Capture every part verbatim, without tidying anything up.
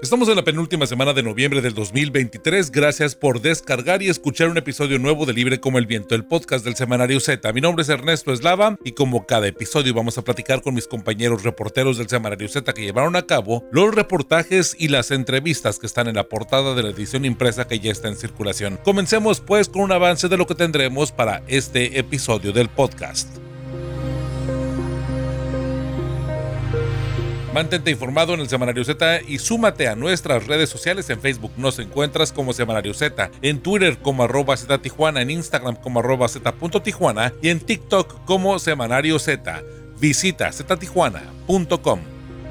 Estamos en la penúltima semana de noviembre del dos mil veintitrés. Gracias por descargar y escuchar un episodio nuevo de Libre como el Viento, el podcast del Semanario Z. Mi nombre es Ernesto Eslava y como cada episodio vamos a platicar con mis compañeros reporteros del Semanario Z que llevaron a cabo los reportajes y las entrevistas que están en la portada de la edición impresa que ya está en circulación. Comencemos pues con un avance de lo que tendremos para este episodio del podcast. Mantente informado en el Semanario Z y súmate a nuestras redes sociales. En Facebook nos encuentras como Semanario Z, en Twitter como arroba Z Tijuana, en Instagram como arroba Z.Tijuana y en TikTok como Semanario Z. Visita zeta tijuana punto com.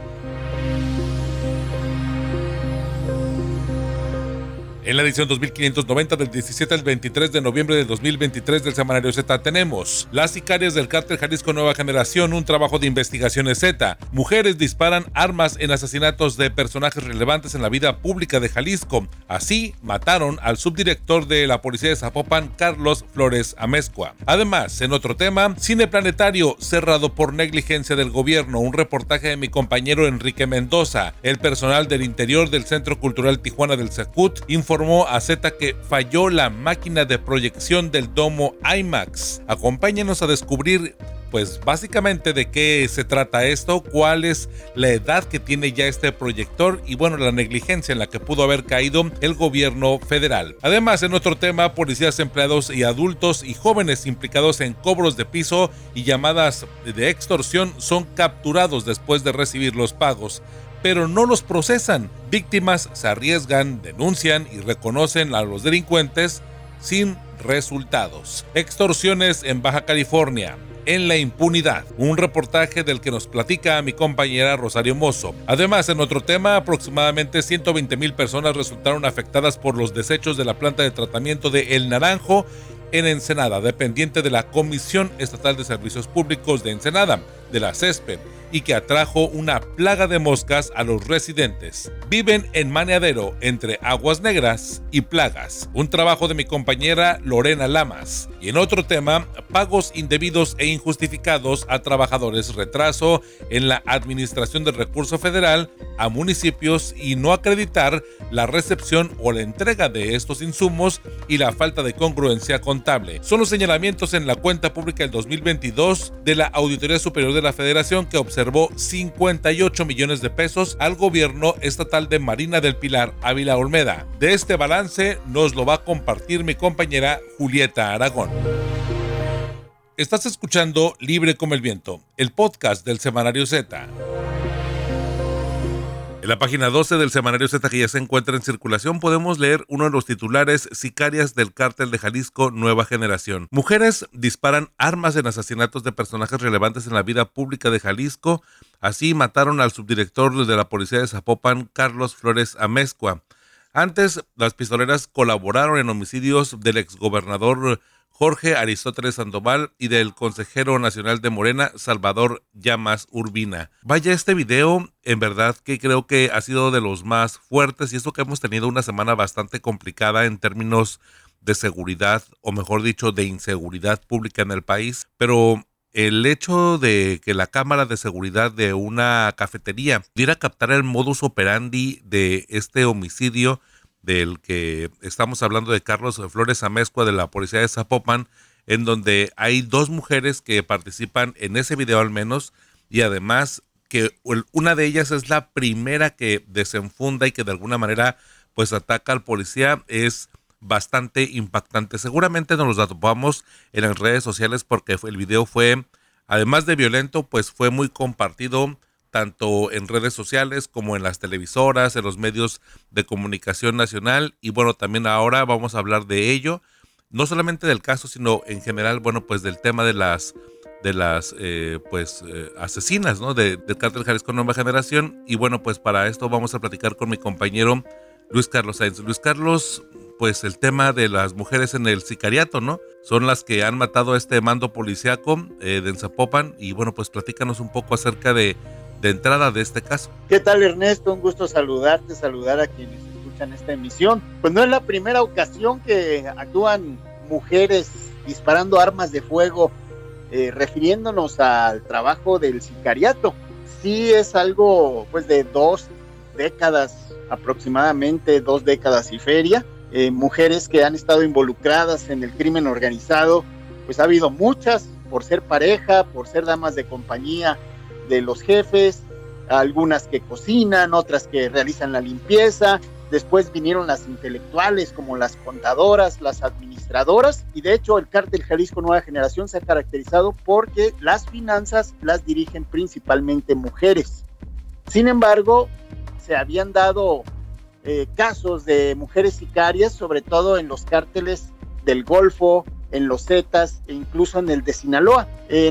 En la edición dos mil quinientos noventa del diecisiete al veintitrés de noviembre del dos mil veintitrés del Semanario Z tenemos Las sicarias del Cártel Jalisco Nueva Generación, un trabajo de investigaciones Z. Mujeres disparan armas en asesinatos de personajes relevantes en la vida pública de Jalisco. Así mataron al subdirector de la policía de Zapopan, Carlos Flores Amezcua. Además, en otro tema, Cine Planetario cerrado por negligencia del gobierno. Un reportaje de mi compañero Enrique Mendoza. El personal del interior del Centro Cultural Tijuana del Secut informó a Z que falló la máquina de proyección del domo IMAX. Acompáñenos a descubrir pues básicamente de qué se trata esto, cuál es la edad que tiene ya este proyector y bueno, la negligencia en la que pudo haber caído el gobierno federal. Además, en otro tema, policías, empleados y adultos y jóvenes implicados en cobros de piso y llamadas de extorsión son capturados después de recibir los pagos, pero no los procesan. Víctimas se arriesgan, denuncian y reconocen a los delincuentes sin resultados. Extorsiones en Baja California, en la impunidad. Un reportaje del que nos platica mi compañera Rosario Mozo. Además, en otro tema, aproximadamente ciento veinte mil personas resultaron afectadas por los desechos de la planta de tratamiento de El Naranjo en Ensenada, dependiente de la Comisión Estatal de Servicios Públicos de Ensenada, de la CESPE, y que atrajo una plaga de moscas a los residentes. Viven en maneadero entre aguas negras y plagas. Un trabajo de mi compañera Lorena Lamas. Y en otro tema, pagos indebidos e injustificados a trabajadores, retraso en la administración del recurso federal a municipios y no acreditar la recepción o la entrega de estos insumos y la falta de congruencia contable. Son los señalamientos en la cuenta pública del dos mil veintidós de la Auditoría Superior de la Federación, que observó cincuenta y ocho millones de pesos al gobierno estatal de Marina del Pilar Ávila Olmeda. De este balance nos lo va a compartir mi compañera Julieta Aragón. Estás escuchando Libre como el Viento, el podcast del Semanario Z. En la página doce del Semanario Z, que ya se encuentra en circulación, podemos leer uno de los titulares: Sicarias del Cártel de Jalisco Nueva Generación. Mujeres disparan armas en asesinatos de personajes relevantes en la vida pública de Jalisco. Así mataron al subdirector de la policía de Zapopan, Carlos Flores Amezcua. Antes, las pistoleras colaboraron en homicidios del exgobernador Jorge Aristóteles Sandoval y del consejero nacional de Morena, Salvador Llamas Urbina. Vaya, este video en verdad que creo que ha sido de los más fuertes, y eso que hemos tenido una semana bastante complicada en términos de seguridad, o mejor dicho, de inseguridad pública en el país, pero el hecho de que la cámara de seguridad de una cafetería pudiera captar el modus operandi de este homicidio del que estamos hablando, de Carlos Flores Amezcua de la policía de Zapopan, en donde hay dos mujeres que participan en ese video al menos, y además que una de ellas es la primera que desenfunda y que de alguna manera pues ataca al policía, es bastante impactante. Seguramente nos los topamos en las redes sociales porque el video fue, además de violento, pues fue muy compartido tanto en redes sociales como en las televisoras, en los medios de comunicación nacional. Y bueno, también ahora vamos a hablar de ello, no solamente del caso, sino en general, bueno, pues del tema de las de las eh, pues eh, asesinas, ¿no? De, del Cártel Jalisco Nueva Generación. Y bueno, pues para esto vamos a platicar con mi compañero Luis Carlos Sainz. Luis Carlos, pues el tema de las mujeres en el sicariato, ¿no? Son las que han matado a este mando policiaco eh, de Zapopan. Y bueno, pues platícanos un poco acerca de de entrada de este caso. ¿Qué tal, Ernesto? Un gusto saludarte, saludar a quienes escuchan esta emisión. Pues no es la primera ocasión que actúan mujeres disparando armas de fuego, eh, refiriéndonos al trabajo del sicariato. Sí es algo pues de dos décadas, aproximadamente dos décadas y feria. Eh, mujeres que han estado involucradas en el crimen organizado, pues ha habido muchas, por ser pareja, por ser damas de compañía de los jefes, algunas que cocinan, otras que realizan la limpieza. Después vinieron las intelectuales como las contadoras, las administradoras, y de hecho el Cártel Jalisco Nueva Generación se ha caracterizado porque las finanzas las dirigen principalmente mujeres. Sin embargo, se habían dado eh, casos de mujeres sicarias, sobre todo en los cárteles del Golfo, en los Zetas e incluso en el de Sinaloa.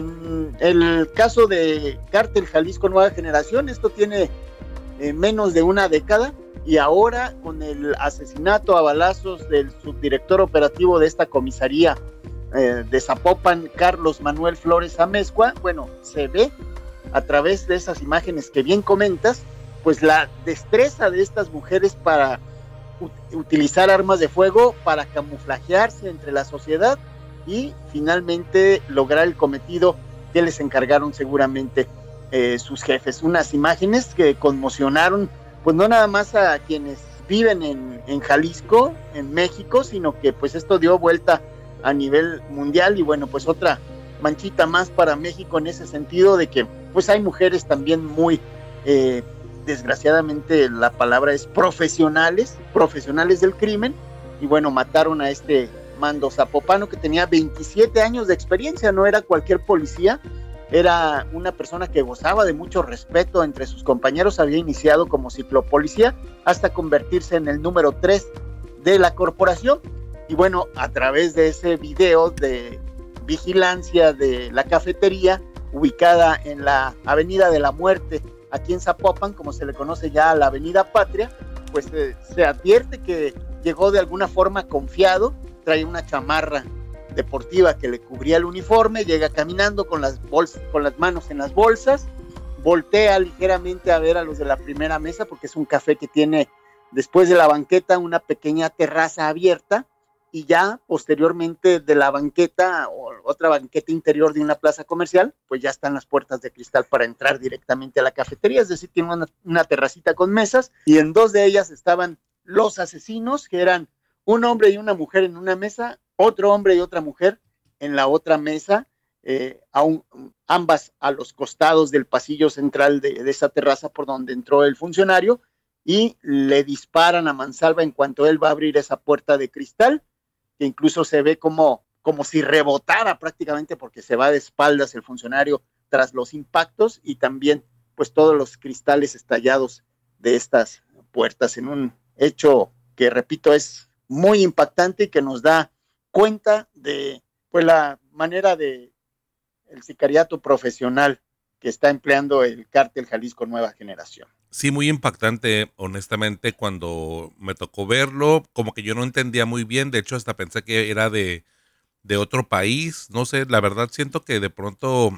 En el caso de Cártel Jalisco Nueva Generación, esto tiene eh, menos de una década, y ahora con el asesinato a balazos del subdirector operativo de esta comisaría eh, de Zapopan, Carlos Manuel Flores Amezcua, bueno, se ve a través de esas imágenes que bien comentas, pues la destreza de estas mujeres para ut- utilizar armas de fuego, para camuflajearse entre la sociedad y finalmente lograr el cometido que les encargaron seguramente eh, sus jefes. Unas imágenes que conmocionaron pues no nada más a quienes viven en, en Jalisco, en México, sino que pues esto dio vuelta a nivel mundial, y bueno, pues otra manchita más para México en ese sentido de que pues hay mujeres también muy, eh, desgraciadamente la palabra es profesionales, profesionales del crimen, y bueno, mataron a este mando zapopano que tenía veintisiete años de experiencia, no era cualquier policía, era una persona que gozaba de mucho respeto entre sus compañeros, había iniciado como ciclopolicía hasta convertirse en el número tres de la corporación, y bueno, a través de ese video de vigilancia de la cafetería ubicada en la Avenida de la Muerte, aquí en Zapopan, como se le conoce ya a la Avenida Patria, pues eh, se advierte que llegó de alguna forma confiado, trae una chamarra deportiva que le cubría el uniforme, llega caminando con las bolsas, con las manos en las bolsas, voltea ligeramente a ver a los de la primera mesa, porque es un café que tiene después de la banqueta una pequeña terraza abierta, y ya posteriormente de la banqueta o otra banqueta interior de una plaza comercial, pues ya están las puertas de cristal para entrar directamente a la cafetería, es decir, tiene una, una terracita con mesas, y en dos de ellas estaban los asesinos, que eran un hombre y una mujer en una mesa, otro hombre y otra mujer en la otra mesa, eh, aún, ambas a los costados del pasillo central de, de esa terraza por donde entró el funcionario, y le disparan a mansalva en cuanto él va a abrir esa puerta de cristal, que incluso se ve como, como si rebotara prácticamente, porque se va de espaldas el funcionario tras los impactos, y también pues todos los cristales estallados de estas puertas, en un hecho que, repito, es muy impactante y que nos da cuenta de pues la manera de el sicariato profesional que está empleando el Cártel Jalisco Nueva Generación. Sí, muy impactante, honestamente, cuando me tocó verlo, como que yo no entendía muy bien, de hecho hasta pensé que era de, de otro país, no sé, la verdad siento que de pronto,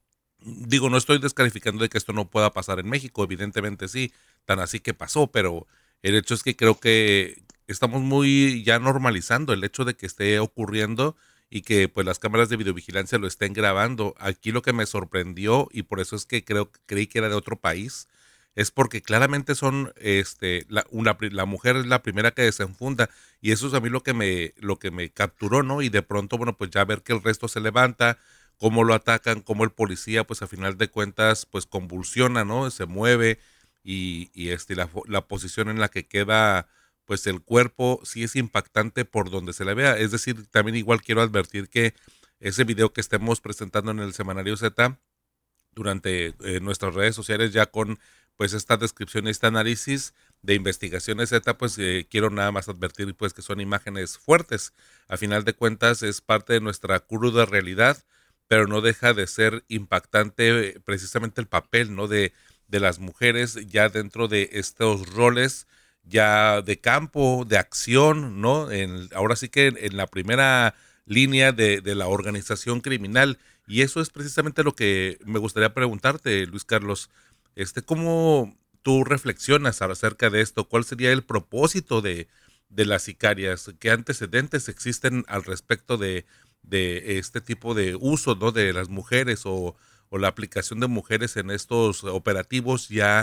digo, no estoy descalificando de que esto no pueda pasar en México, evidentemente sí, tan así que pasó, pero el hecho es que creo que estamos muy ya normalizando el hecho de que esté ocurriendo y que pues las cámaras de videovigilancia lo estén grabando. Aquí lo que me sorprendió, y por eso es que creo creí que era de otro país, es porque claramente son, este, la, una, la mujer es la primera que desenfunda, y eso es a mí lo que me, lo que me capturó, ¿no? Y de pronto, bueno, pues ya ver que el resto se levanta, cómo lo atacan, cómo el policía, pues a final de cuentas, pues convulsiona, ¿no? Se mueve, y, y este, la, la posición en la que queda, pues el cuerpo, sí es impactante por donde se le vea. Es decir, también igual quiero advertir que ese video que estemos presentando en el Semanario Z, durante eh, nuestras redes sociales, ya con pues esta descripción y este análisis de Investigaciones Z, pues eh, quiero nada más advertir pues que son imágenes fuertes. A final de cuentas es parte de nuestra cruda realidad, pero no deja de ser impactante eh, precisamente el papel, ¿no? de, de las mujeres ya dentro de estos roles ya de campo, de acción, ¿no? En, ahora sí que en, en la primera línea de, de la organización criminal. Y eso es precisamente lo que me gustaría preguntarte, Luis Carlos. Este, ¿cómo tú reflexionas acerca de esto? ¿Cuál sería el propósito de, de las sicarias? ¿Qué antecedentes existen al respecto de, de este tipo de uso, ¿no? de las mujeres o, o la aplicación de mujeres en estos operativos ya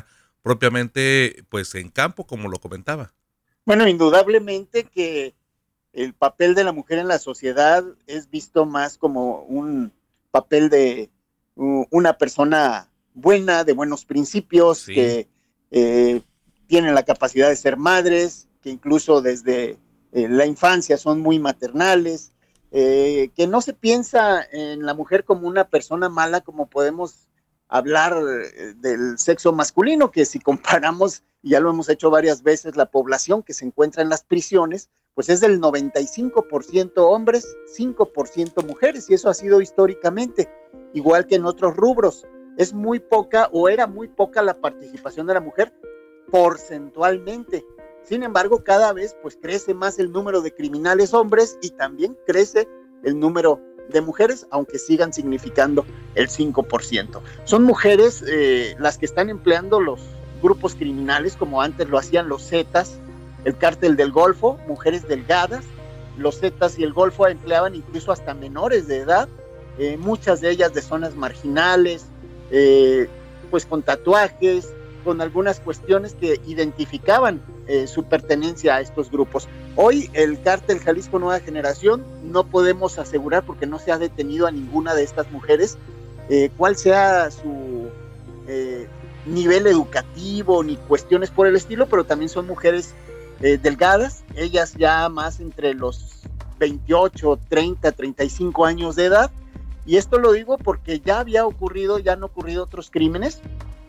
propiamente pues en campo, como lo comentaba. Bueno, indudablemente que el papel de la mujer en la sociedad es visto más como un papel de uh, una persona buena, de buenos principios, sí. que eh, tienen la capacidad de ser madres, que incluso desde eh, la infancia son muy maternales, eh, que no se piensa en la mujer como una persona mala, como podemos hablar eh, del sexo masculino, que si comparamos, y ya lo hemos hecho varias veces, la población que se encuentra en las prisiones, pues es del noventa y cinco por ciento hombres, cinco por ciento mujeres, y eso ha sido históricamente, igual que en otros rubros. Es muy poca, o era muy poca, la participación de la mujer porcentualmente. Sin embargo, cada vez pues crece más el número de criminales hombres y también crece el número de mujeres, aunque sigan significando el cinco por ciento. Son mujeres eh, las que están empleando los grupos criminales, como antes lo hacían los Zetas, el cártel del Golfo, mujeres delgadas. Los Zetas y el Golfo empleaban incluso hasta menores de edad, eh, muchas de ellas de zonas marginales, eh, pues con tatuajes, con algunas cuestiones que identificaban eh, su pertenencia a estos grupos. Hoy el cártel Jalisco Nueva Generación no podemos asegurar, porque no se ha detenido a ninguna de estas mujeres, eh, cuál sea su eh, nivel educativo ni cuestiones por el estilo, pero también son mujeres eh, delgadas, ellas ya más entre los veintiocho, treinta, treinta y cinco años de edad, y esto lo digo porque ya había ocurrido, ya han ocurrido otros crímenes,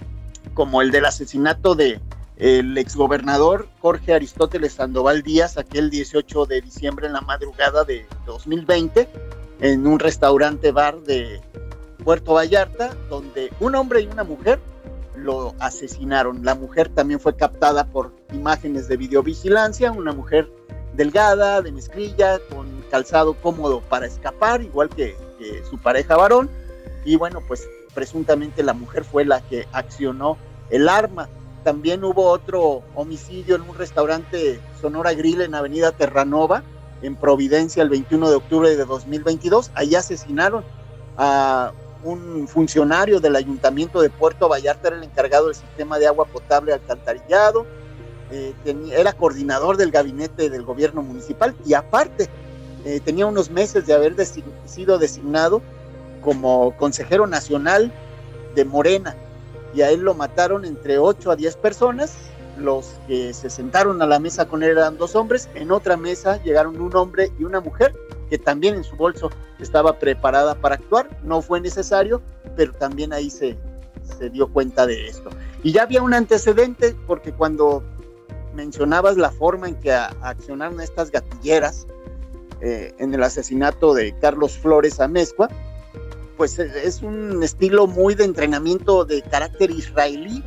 como el del asesinato de el exgobernador Jorge Aristóteles Sandoval Díaz, aquel dieciocho de diciembre en la madrugada de dos mil veinte, en un restaurante bar de Puerto Vallarta, donde un hombre y una mujer lo asesinaron. La mujer también fue captada por imágenes de videovigilancia, una mujer delgada, de mezclilla, con calzado cómodo para escapar, igual que, que su pareja varón, y bueno, pues presuntamente la mujer fue la que accionó el arma. También hubo otro homicidio en un restaurante Sonora Grill en Avenida Terranova, en Providencia, el veintiuno de octubre de dos mil veintidós. Ahí asesinaron a un funcionario del ayuntamiento de Puerto Vallarta, era el encargado del sistema de agua potable alcantarillado, eh, tenía, era coordinador del gabinete del gobierno municipal y aparte eh, tenía unos meses de haber design, sido designado como consejero nacional de Morena, y a él lo mataron entre ocho a diez personas. Los que se sentaron a la mesa con él eran dos hombres, en otra mesa llegaron un hombre y una mujer que también en su bolso estaba preparada para actuar. No fue necesario, pero también ahí se, se dio cuenta de esto. Y ya había un antecedente, porque cuando mencionabas la forma en que a, accionaron estas gatilleras eh, en el asesinato de Carlos Flores Amezcua, pues es un estilo muy de entrenamiento de carácter israelí.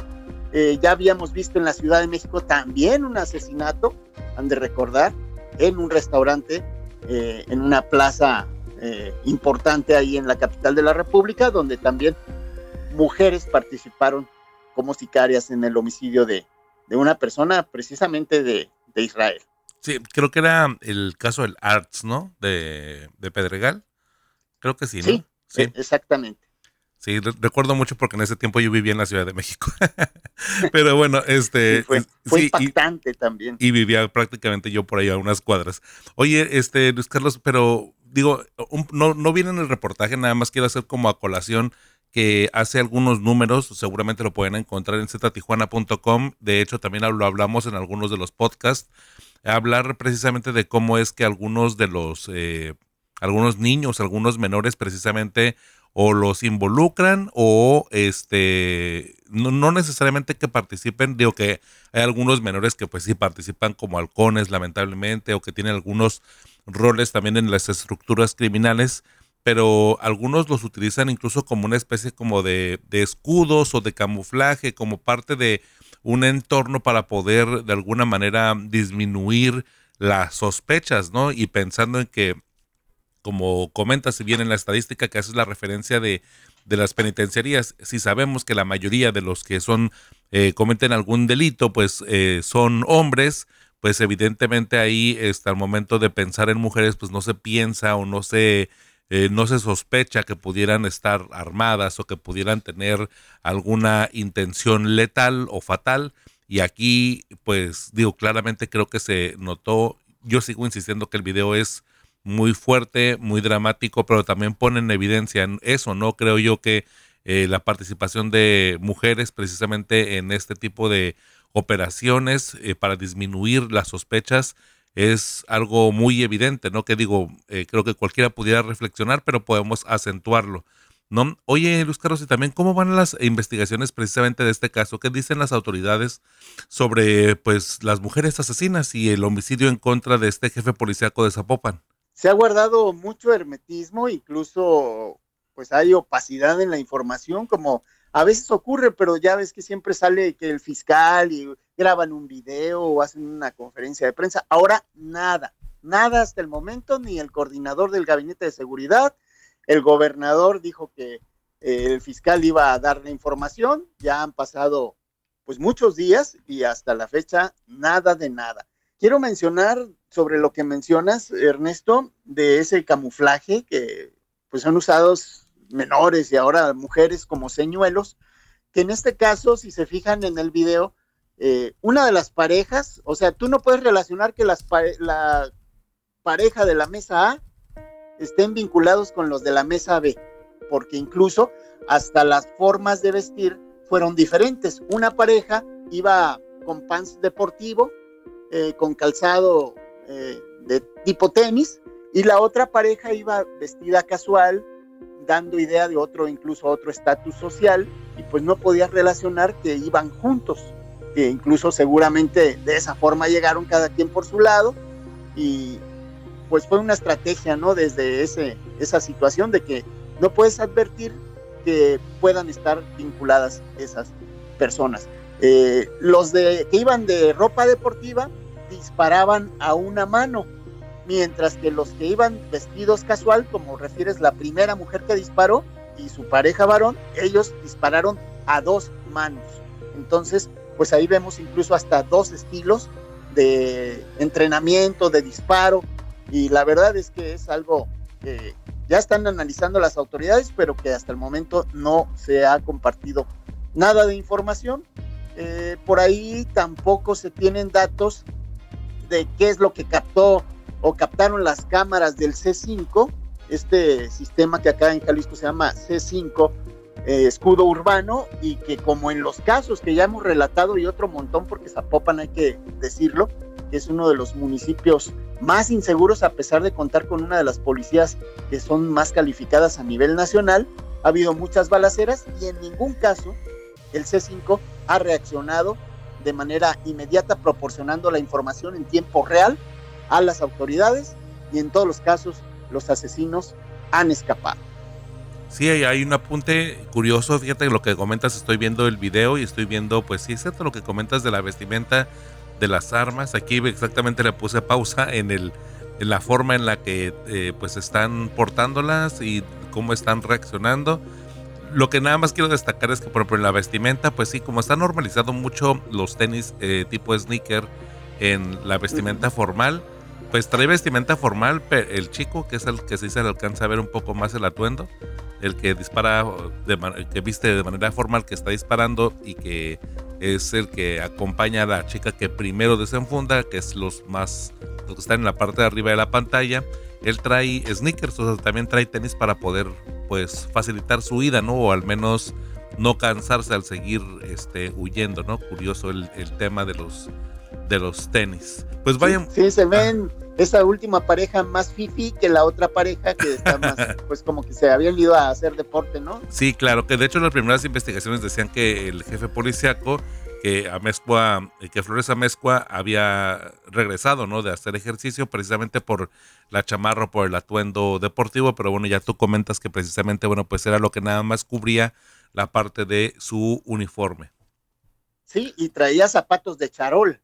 Eh, ya habíamos visto en la Ciudad de México también un asesinato, han de recordar, en un restaurante, eh, en una plaza eh, importante ahí en la capital de la República, donde también mujeres participaron como sicarias en el homicidio de, de una persona precisamente de, de Israel. Sí, creo que era el caso del Arts, ¿no? De, de Pedregal. Creo que sí, ¿no? Sí. Sí. Exactamente. Sí, re- recuerdo mucho porque en ese tiempo yo vivía en la Ciudad de México. Pero bueno, este... Sí, fue fue sí, impactante y, también. Y vivía prácticamente yo por ahí a unas cuadras. Oye, este, Luis Carlos, pero digo, un, no, no viene en el reportaje, nada más quiero hacer como a colación que hace algunos números, seguramente lo pueden encontrar en zeta tijuana punto com, de hecho también lo hablamos en algunos de los podcasts, hablar precisamente de cómo es que algunos de los... Eh, algunos niños, algunos menores precisamente o los involucran o este no, no necesariamente que participen, digo que hay algunos menores que pues sí participan como halcones lamentablemente o que tienen algunos roles también en las estructuras criminales, pero algunos los utilizan incluso como una especie como de, de escudos o de camuflaje, como parte de un entorno para poder de alguna manera disminuir las sospechas, ¿no? Y pensando en que, como comentas, si bien en la estadística que haces la referencia de, de las penitenciarías, si sabemos que la mayoría de los que son eh, cometen algún delito, pues eh, son hombres, pues evidentemente ahí este, al momento de pensar en mujeres, pues no se piensa o no se eh, no se sospecha que pudieran estar armadas o que pudieran tener alguna intención letal o fatal. Y aquí, pues digo, claramente creo que se notó. Yo sigo insistiendo que el video es muy fuerte, muy dramático, pero también pone en evidencia eso, ¿no? Creo yo que eh, la participación de mujeres precisamente en este tipo de operaciones eh, para disminuir las sospechas es algo muy evidente, ¿no? Que digo, eh, creo que cualquiera pudiera reflexionar, pero podemos acentuarlo, ¿no? Oye, Luz Carlos, y también, ¿cómo van las investigaciones precisamente de este caso? ¿Qué dicen las autoridades sobre, pues, las mujeres asesinas y el homicidio en contra de este jefe policíaco de Zapopan? Se ha guardado mucho hermetismo, incluso pues hay opacidad en la información, como a veces ocurre, pero ya ves que siempre sale que el fiscal y graban un video o hacen una conferencia de prensa. Ahora nada, nada hasta el momento, ni el coordinador del gabinete de seguridad, el gobernador dijo que eh, el fiscal iba a dar la información, ya han pasado pues muchos días y hasta la fecha nada de nada. Quiero mencionar sobre lo que mencionas, Ernesto, de ese camuflaje que pues son usados menores y ahora mujeres como señuelos, que en este caso, si se fijan en el video, eh, una de las parejas, o sea, tú no puedes relacionar que las pa- la pareja de la mesa A estén vinculados con los de la mesa B, porque incluso hasta las formas de vestir fueron diferentes. Una pareja iba con pants deportivo, eh, con calzado eh, de tipo tenis, y la otra pareja iba vestida casual, dando idea de otro, incluso otro estatus social, y pues no podías relacionar que iban juntos, que incluso seguramente de esa forma llegaron cada quien por su lado, y pues fue una estrategia, ¿no? Desde ese, esa situación de que no puedes advertir que puedan estar vinculadas esas personas. Eh, los de, que iban de ropa deportiva disparaban a una mano, mientras que los que iban vestidos casual, como refieres la primera mujer que disparó y su pareja varón, ellos dispararon a dos manos. Entonces, pues ahí vemos incluso hasta dos estilos de entrenamiento, de disparo, y la verdad es que es algo que ya están analizando las autoridades, pero que hasta el momento no se ha compartido nada de información. Eh, por ahí tampoco se tienen datos de qué es lo que captó o captaron las cámaras del C cinco, este sistema que acá en Jalisco se llama C cinco, eh, escudo urbano, y que como en los casos que ya hemos relatado y otro montón, porque Zapopan, hay que decirlo, es uno de los municipios más inseguros a pesar de contar con una de las policías que son más calificadas a nivel nacional. Ha habido muchas balaceras y en ningún caso el C cinco ha reaccionado de manera inmediata, proporcionando la información en tiempo real a las autoridades, y en todos los casos los asesinos han escapado. Sí, hay, hay un apunte curioso, fíjate lo que comentas, estoy viendo el video y estoy viendo, pues sí, es cierto lo que comentas de la vestimenta, de las armas. Aquí exactamente le puse pausa en el en la forma en la que eh, pues están portándolas y cómo están reaccionando. Lo que nada más quiero destacar es que, por ejemplo, en la vestimenta, pues sí, como está normalizado mucho los tenis eh, tipo sneaker en la vestimenta formal, pues trae vestimenta formal, pero el chico, que es el que sí se le alcanza a ver un poco más el atuendo, el que dispara, de, que viste de manera formal, que está disparando y que es el que acompaña a la chica que primero desenfunda, que es los más, los que están en la parte de arriba de la pantalla. Él trae sneakers, o sea, también trae tenis para poder, pues, facilitar su huida, ¿no? O al menos no cansarse al seguir este, huyendo, ¿no? Curioso el, el tema de los, de los tenis. Pues vayan. Sí, sí, se ven ah. esa última pareja más fifi que la otra pareja que está más, pues como que se habían ido a hacer deporte, ¿no? Sí, claro, que de hecho las primeras investigaciones decían que el jefe policíaco, que Amezcua, que Flores Amezcua había regresado, ¿no? De hacer ejercicio precisamente por la chamarra, por el atuendo deportivo, pero bueno, ya tú comentas que precisamente, bueno, pues era lo que nada más cubría la parte de su uniforme. Sí, y traía zapatos de charol.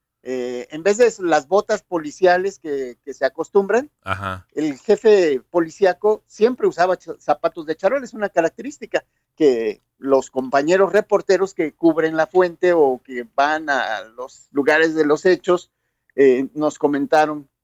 Eh, en vez de las botas policiales que, que se acostumbran, Ajá. El jefe policíaco siempre usaba ch- zapatos de charol. Es una característica que los compañeros reporteros que cubren la fuente o que van a los lugares de los hechos eh, nos comentaron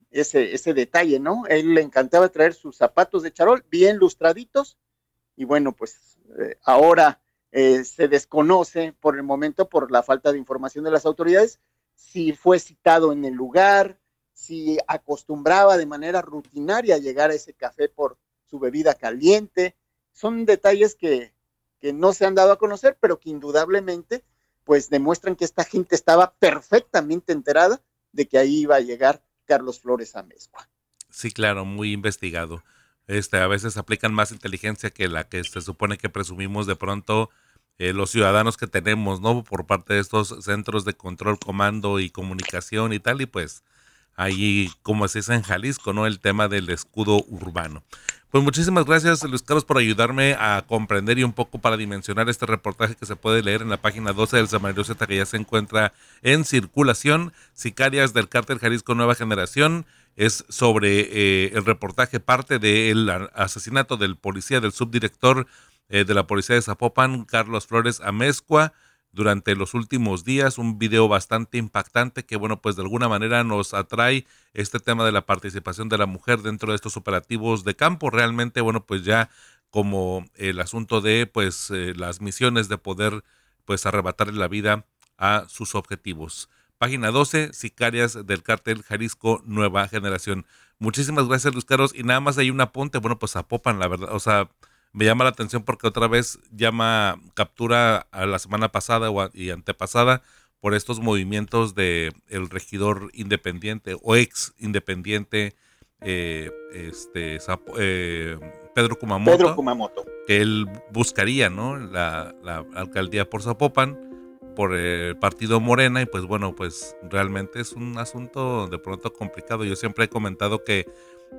ese, ese detalle, ¿no? A él le encantaba traer sus zapatos de charol bien lustraditos y bueno, pues eh, ahora eh, se desconoce por el momento por la falta de información de las autoridades si fue citado en el lugar, si acostumbraba de manera rutinaria llegar a ese café por su bebida caliente. Son detalles que, que no se han dado a conocer, pero que indudablemente pues demuestran que esta gente estaba perfectamente enterada de que ahí iba a llegar Carlos Flores Amezcua. Sí, claro, muy investigado. Este, a veces aplican más inteligencia que la que se supone que presumimos de pronto eh, los ciudadanos que tenemos, ¿no? Por parte de estos centros de control, comando y comunicación y tal, y pues ahí, como se dice en Jalisco, ¿no? El tema del escudo urbano. Pues muchísimas gracias, Luis Carlos, por ayudarme a comprender y un poco para dimensionar este reportaje que se puede leer en la página doce del Semanario Z, que ya se encuentra en circulación. Sicarias del Cártel Jalisco Nueva Generación. Es sobre eh, el reportaje, parte del asesinato del policía, del subdirector eh, de la policía de Zapopan, Carlos Flores Amezcua, durante los últimos días. Un video bastante impactante que, bueno, pues de alguna manera nos atrae este tema de la participación de la mujer dentro de estos operativos de campo. Realmente, bueno, pues ya como el asunto de, pues, eh, las misiones de poder, pues, arrebatarle la vida a sus objetivos. Página doce, Sicarias del Cártel Jalisco Nueva Generación. Muchísimas gracias, Luis Carlos. Y nada más hay un apunte, bueno, pues Zapopan, la verdad, o sea, me llama la atención porque otra vez llama captura a la semana pasada o a, y antepasada por estos movimientos de el regidor independiente o ex independiente eh, este Zapo, eh, Pedro Kumamoto, Pedro Kumamoto, que él buscaría, ¿no? La, la alcaldía por Zapopan, por el partido Morena, y pues bueno, pues realmente es un asunto de pronto complicado. Yo siempre he comentado que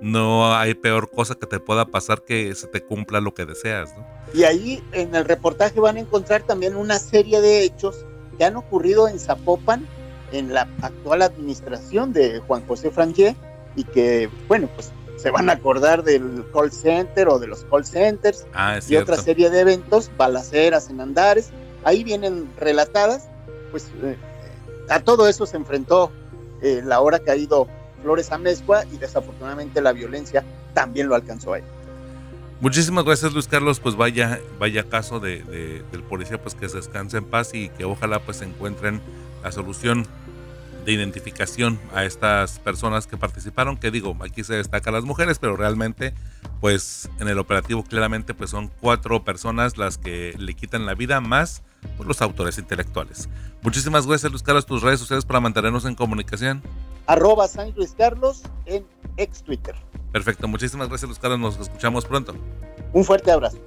no hay peor cosa que te pueda pasar que se te cumpla lo que deseas, ¿no? Y ahí en el reportaje van a encontrar también una serie de hechos que han ocurrido en Zapopan en la actual administración de Juan José Frangé y que, bueno, pues se van a acordar del call center o de los call centers ah, es y cierto. otra serie de eventos, balaceras en Andares. Ahí vienen relatadas, pues eh, a todo eso se enfrentó eh, la hora que ha ido Flores Amezcua y desafortunadamente la violencia también lo alcanzó a él. Muchísimas gracias, Luis Carlos. Pues vaya, vaya caso de, de, del policía, pues que se descanse en paz y que ojalá pues encuentren la solución de identificación a estas personas que participaron, que digo, aquí se destacan las mujeres, pero realmente pues en el operativo claramente pues son cuatro personas las que le quitan la vida, más pues, los autores intelectuales. Muchísimas gracias, Luis Carlos. Tus redes sociales para mantenernos en comunicación. Arroba San Luis Carlos en ex Twitter. Perfecto, muchísimas gracias, Luis Carlos. Nos escuchamos pronto. Un fuerte abrazo.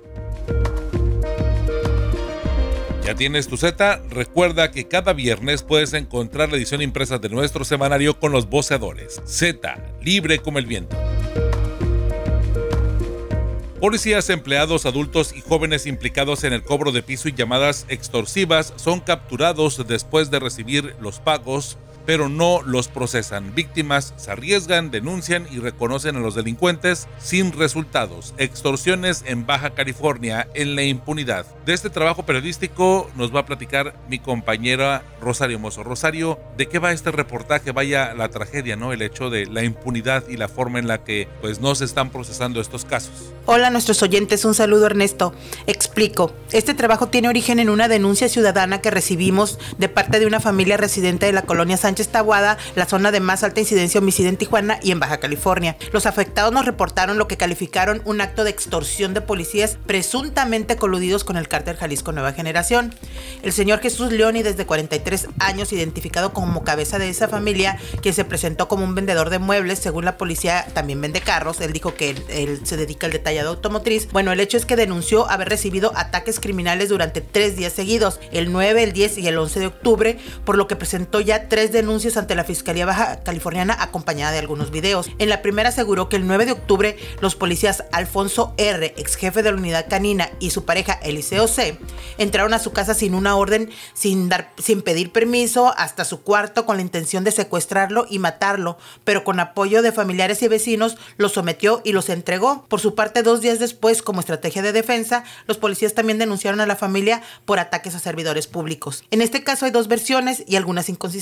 ¿Ya tienes tu Z? Recuerda que cada viernes puedes encontrar la edición impresa de nuestro semanario con los voceadores. Z, libre como el viento. Policías, empleados, adultos y jóvenes implicados en el cobro de piso y llamadas extorsivas son capturados después de recibir los pagos, pero no los procesan. Víctimas se arriesgan, denuncian y reconocen a los delincuentes sin resultados. Extorsiones en Baja California en la impunidad. De este trabajo periodístico nos va a platicar mi compañera Rosario Mozo. Rosario, ¿de qué va este reportaje? Vaya la tragedia, ¿no? El hecho de la impunidad y la forma en la que pues no se están procesando estos casos. Hola a nuestros oyentes, un saludo Ernesto. Explico, este trabajo tiene origen en una denuncia ciudadana que recibimos de parte de una familia residente de la colonia Sánchez Taboada, la zona de más alta incidencia homicida en Tijuana y en Baja California. Los afectados nos reportaron lo que calificaron un acto de extorsión de policías presuntamente coludidos con el Cártel Jalisco Nueva Generación. El señor Jesús Leoni, desde cuarenta y tres años, identificado como cabeza de esa familia, quien se presentó como un vendedor de muebles, según la policía también vende carros, él dijo que él, él se dedica al detallado automotriz. Bueno, el hecho es que denunció haber recibido ataques criminales durante tres días seguidos, el nueve, el diez y el once de octubre, por lo que presentó ya tres denuncias ante la Fiscalía Baja Californiana acompañada de algunos videos. En la primera aseguró que el nueve de octubre los policías Alfonso R., ex jefe de la unidad canina, y su pareja Eliseo C. entraron a su casa sin una orden, sin, dar, sin pedir permiso, hasta su cuarto con la intención de secuestrarlo y matarlo, pero con apoyo de familiares y vecinos los sometió y los entregó. Por su parte, dos días después, como estrategia de defensa, los policías también denunciaron a la familia por ataques a servidores públicos. En este caso hay dos versiones y algunas inconsistencias.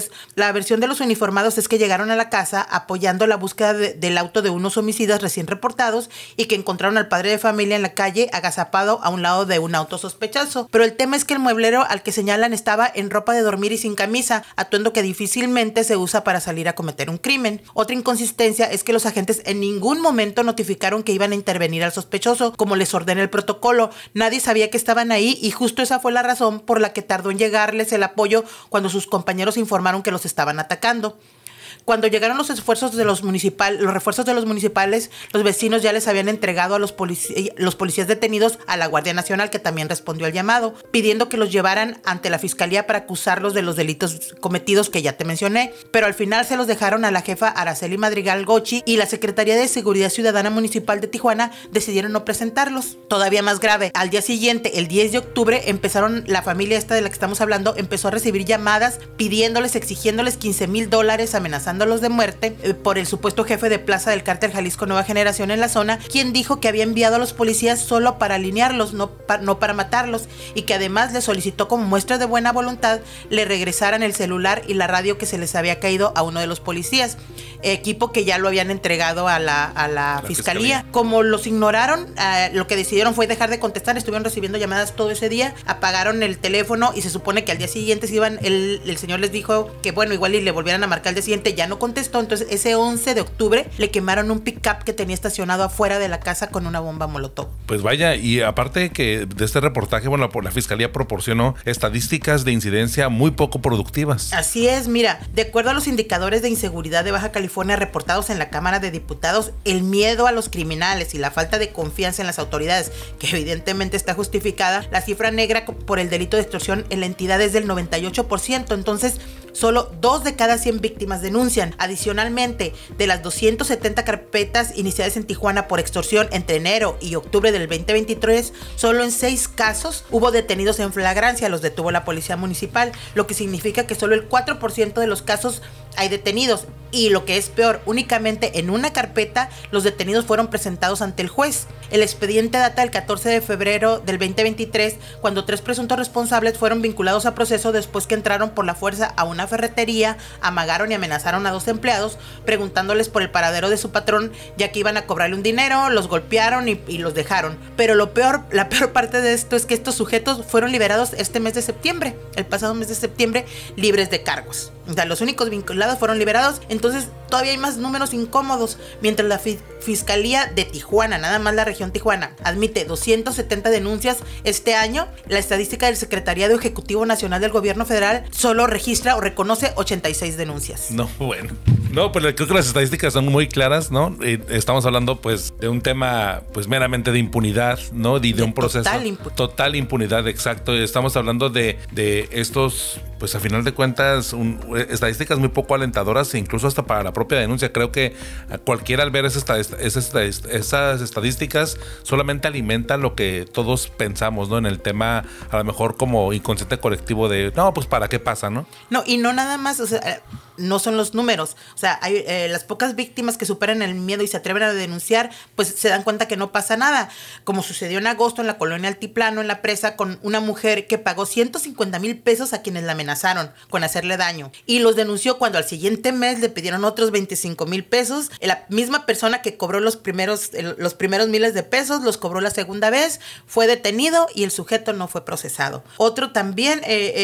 detenidos. La versión de los uniformados es que llegaron a la casa apoyando la búsqueda de, del auto de unos homicidas recién reportados y que encontraron al padre de familia en la calle agazapado a un lado de un auto sospechoso. Pero el tema es que el mueblero al que señalan estaba en ropa de dormir y sin camisa, atuendo que difícilmente se usa para salir a cometer un crimen. Otra inconsistencia es que los agentes en ningún momento notificaron que iban a intervenir al sospechoso, como les ordena el protocolo. Nadie sabía que estaban ahí y justo esa fue la razón por la que tardó en llegarles el apoyo cuando sus compañeros informaron que los estaban atacando. Cuando llegaron los esfuerzos de los municipales, los refuerzos de los municipales, los vecinos ya les habían entregado a los, polici- los policías detenidos a la Guardia Nacional, que también respondió al llamado, pidiendo que los llevaran ante la fiscalía para acusarlos de los delitos cometidos que ya te mencioné. Pero al final se los dejaron a la jefa Araceli Madrigal Gochi y la Secretaría de Seguridad Ciudadana Municipal de Tijuana decidieron no presentarlos. Todavía más grave, al día siguiente, el diez de octubre, empezaron, la familia esta de la que estamos hablando, empezó a recibir llamadas pidiéndoles, exigiéndoles quince mil dólares, amenazando los de muerte eh, por el supuesto jefe de plaza del cártel Jalisco Nueva Generación en la zona, quien dijo que había enviado a los policías solo para alinearlos, no, pa, no para matarlos, y que además le solicitó como muestra de buena voluntad le regresaran el celular y la radio que se les había caído a uno de los policías, equipo que ya lo habían entregado a la, a la, la fiscalía. fiscalía. Como los ignoraron, eh, lo que decidieron fue dejar de contestar, estuvieron recibiendo llamadas todo ese día, apagaron el teléfono y se supone que al día siguiente se iban, el, el señor les dijo que bueno, igual y le volvieran a marcar al día siguiente, ya no contestó. Entonces ese once de octubre le quemaron un pick-up que tenía estacionado afuera de la casa con una bomba molotov. Pues vaya, y aparte que de este reportaje, bueno, la fiscalía proporcionó estadísticas de incidencia muy poco productivas. Así es, mira, de acuerdo a los indicadores de inseguridad de Baja California reportados en la Cámara de Diputados, el miedo a los criminales y la falta de confianza en las autoridades, que evidentemente está justificada, la cifra negra por el delito de extorsión en la entidad es del noventa y ocho por ciento, entonces solo dos de cada cien víctimas denuncian. Adicionalmente, de las doscientas setenta carpetas iniciadas en Tijuana por extorsión entre enero y octubre del veinte veintitrés, solo en seis casos hubo detenidos en flagrancia, los detuvo la policía municipal, lo que significa que solo el cuatro por ciento de los casos hay detenidos. Y lo que es peor, únicamente en una carpeta los detenidos fueron presentados ante el juez. El expediente data del catorce de febrero del veinte veintitrés, cuando tres presuntos responsables fueron vinculados a proceso después que entraron por la fuerza a una ferretería, amagaron y amenazaron a dos empleados, preguntándoles por el paradero de su patrón, ya que iban a cobrarle un dinero, los golpearon y, y los dejaron. Pero lo peor, la peor parte de esto es que estos sujetos fueron liberados este mes de septiembre, el pasado mes de septiembre, libres de cargos. O sea, los únicos vinculados fueron liberados. Entonces todavía hay más números incómodos. Mientras la fi- Fiscalía de Tijuana, nada más la región Tijuana, admite doscientas setenta denuncias este año, la estadística del Secretariado Ejecutivo Nacional del Gobierno Federal solo registra o reconoce ochenta y seis denuncias. No, bueno. No, pues creo que las estadísticas son muy claras, ¿no? Eh, estamos hablando pues de un tema pues meramente de impunidad, ¿no? Y de, de un proceso. Total, impu- total impunidad, exacto. Estamos hablando de, de estos, pues a final de cuentas, un, estadísticas muy poco alentadoras, incluso hasta para la propia denuncia. Creo que cualquiera al ver esas, esas, esas estadísticas solamente alimenta lo que todos pensamos, ¿no? En el tema, a lo mejor como inconsciente colectivo de, no, pues para qué pasa, ¿no? No, y no nada más, o sea, no son los números. O sea, hay eh, las pocas víctimas que superan el miedo y se atreven a denunciar, pues se dan cuenta que no pasa nada. Como sucedió en agosto en la colonia Altiplano, en la presa, con una mujer que pagó ciento cincuenta mil pesos a quienes la amenazaron con hacerle daño. Y los denunció cuando al siguiente mes le pidieron otros veinticinco mil pesos. La misma persona que cobró los primeros, los primeros miles de pesos, los cobró la segunda vez, fue detenido y el sujeto no fue procesado. Otro también,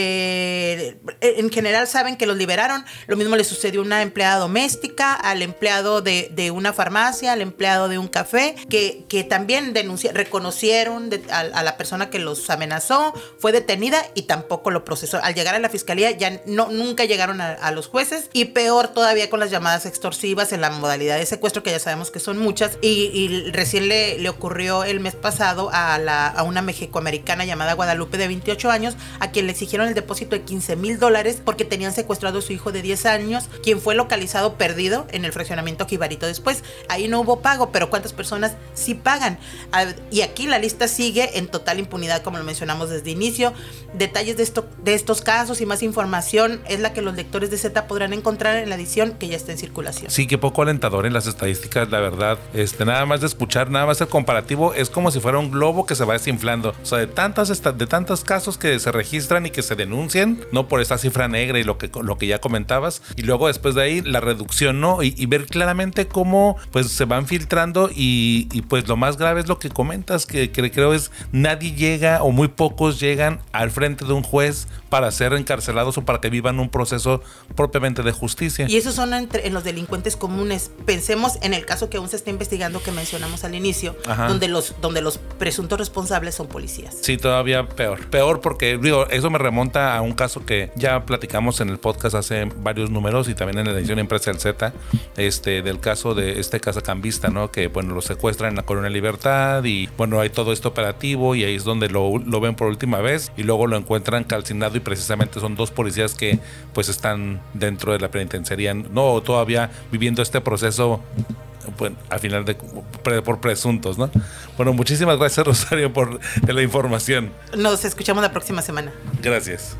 eh, eh, en general saben que los liberaron. Lo mismo le sucedió a una empleada doméstica, al empleado de, de una farmacia, al empleado de un café, que, que también denuncia, reconocieron de, a, a la persona que los amenazó, fue detenida y tampoco lo procesó. Al llegar a la fiscalía ya no, nunca llegaron a, a los jueces, y peor todavía con las llamadas extorsivas en la modalidad de secuestro, que ya sabemos que son muchas, y, y recién le, le ocurrió el mes pasado a, la, a una mexicoamericana llamada Guadalupe de veintiocho años, a quien le exigieron el depósito de quince mil dólares porque tenían secuestrado a su hijo de diez años, quien fue localizado perdido en el fraccionamiento Jibarito. Después, ahí no hubo pago, pero ¿cuántas personas sí pagan? Y aquí la lista sigue en total impunidad, como lo mencionamos desde inicio. Detalles de, esto, de estos casos y y más información es la que los lectores de Z podrán encontrar en la edición que ya está en circulación. Sí, que poco alentador en las estadísticas, la verdad. Este, nada más de escuchar, nada más el comparativo, es como si fuera un globo que se va desinflando. O sea, de tantas de tantos casos que se registran y que se denuncian, no por esta cifra negra y lo que, lo que ya comentabas, y luego después de ahí la reducción, ¿no? Y, y ver claramente cómo pues se van filtrando y, y pues lo más grave es lo que comentas, que, que creo es nadie llega o muy pocos llegan al frente de un juez para ser encarcelados o para que vivan un proceso propiamente de justicia. Y esos son entre, en los delincuentes comunes. Pensemos en el caso que aún se está investigando que mencionamos al inicio, donde los, donde los presuntos responsables son policías. Sí, todavía peor. Peor porque, digo, eso me remonta a un caso que ya platicamos en el podcast hace varios números y también en la edición impresa del Z, este, del caso de este casacambista, ¿no? Que, bueno, lo secuestran en la Colonia Libertad y, bueno, hay todo este operativo y ahí es donde lo, lo ven por última vez y luego lo encuentran calcinado y precisamente son dos policías que, pues, están dentro de la penitenciaría, no, todavía viviendo este proceso, bueno, al final de por presuntos, ¿no? Bueno, muchísimas gracias, Rosario, por la información. Nos escuchamos la próxima semana. Gracias.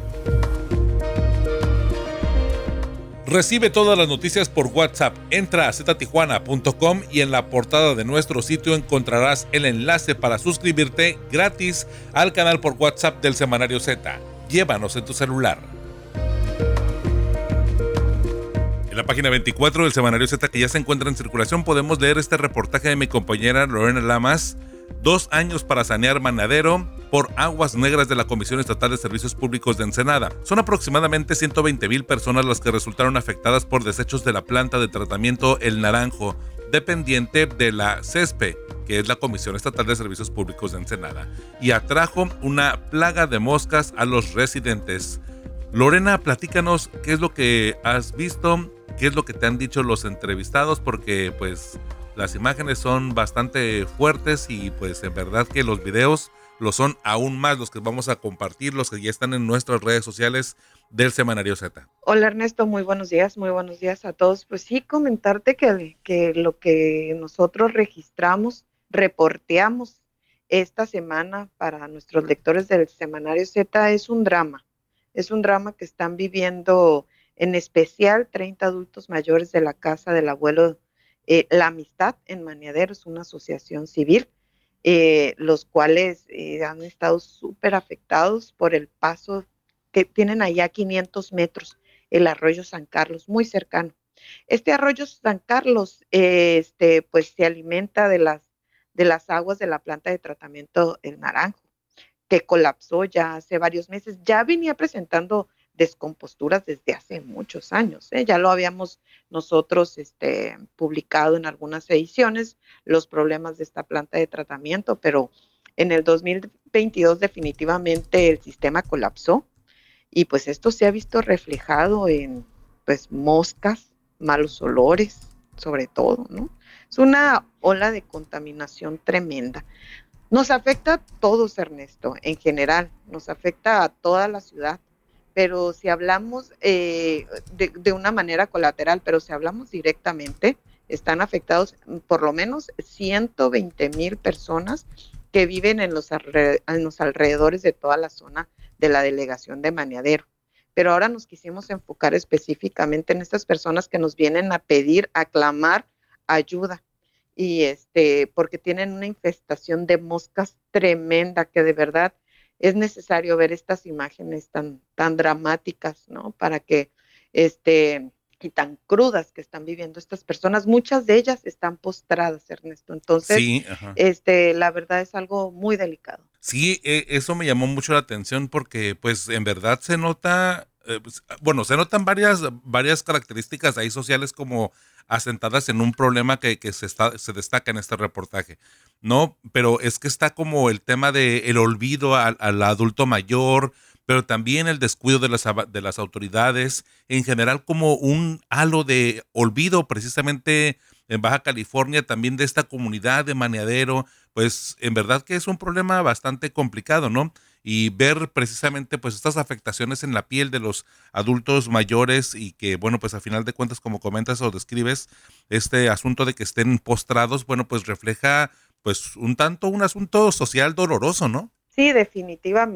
Recibe todas las noticias por WhatsApp. Entra a zeta tijuana punto com y en la portada de nuestro sitio encontrarás el enlace para suscribirte gratis al canal por WhatsApp del Semanario Z. Llévanos en tu celular. En la página veinticuatro del Semanario Z, que ya se encuentra en circulación, podemos leer este reportaje de mi compañera Lorena Lamas. Dos años para sanear Manadero por aguas negras de la Comisión Estatal de Servicios Públicos de Ensenada. Son aproximadamente ciento veinte mil personas las que resultaron afectadas por desechos de la planta de tratamiento El Naranjo, dependiente de la CESPE, que es la Comisión Estatal de Servicios Públicos de Ensenada, y atrajo una plaga de moscas a los residentes. Lorena, platícanos qué es lo que has visto, qué es lo que te han dicho los entrevistados, porque pues las imágenes son bastante fuertes y pues en verdad que los videos lo son aún más, los que vamos a compartir, los que ya están en nuestras redes sociales del Semanario Z. Hola Ernesto, muy buenos días, muy buenos días a todos. Pues sí, comentarte que, que lo que nosotros registramos, reporteamos esta semana para nuestros lectores del Semanario Z es un drama. Es un drama que están viviendo en especial treinta adultos mayores de la Casa del Abuelo eh, La Amistad en Maniadero, es una asociación civil, eh, los cuales eh, han estado súper afectados por el paso que tienen allá a quinientos metros, el arroyo San Carlos, muy cercano. Este arroyo San Carlos eh, este, pues se alimenta de las, de las aguas de la planta de tratamiento El Naranjo, que colapsó ya hace varios meses, ya venía presentando descomposturas desde hace muchos años, ¿eh? Ya lo habíamos nosotros este, publicado en algunas ediciones, los problemas de esta planta de tratamiento, pero en el dos mil veintidós definitivamente el sistema colapsó y pues esto se ha visto reflejado en pues moscas, malos olores, sobre todo, ¿no? Es una ola de contaminación tremenda. Nos afecta a todos, Ernesto, en general, nos afecta a toda la ciudad, pero si hablamos eh, de, de una manera colateral, pero si hablamos directamente, están afectados por lo menos ciento veinte mil personas que viven en los, alre- en los alrededores de toda la zona de la delegación de Maniadero. Pero ahora nos quisimos enfocar específicamente en estas personas que nos vienen a pedir, a clamar ayuda. Y este, porque tienen una infestación de moscas tremenda que de verdad es necesario ver estas imágenes tan, tan dramáticas, ¿no? Para que, este, y tan crudas que están viviendo estas personas. Muchas de ellas están postradas, Ernesto. Entonces, sí, este, la verdad es algo muy delicado. Sí, eh, eso me llamó mucho la atención porque, pues, en verdad se nota, eh, pues, bueno, se notan varias, varias características ahí sociales como asentadas en un problema que, que se, está, se destaca en este reportaje, ¿no? Pero es que está como el tema del el olvido al, al adulto mayor, pero también el descuido de las, de las autoridades, en general como un halo de olvido precisamente en Baja California, también de esta comunidad de Maniadero, pues en verdad que es un problema bastante complicado, ¿no? Y ver precisamente pues estas afectaciones en la piel de los adultos mayores y que, bueno, pues a final de cuentas, como comentas o describes, este asunto de que estén postrados, bueno, pues refleja pues un tanto un asunto social doloroso, ¿no? Sí, definitivamente.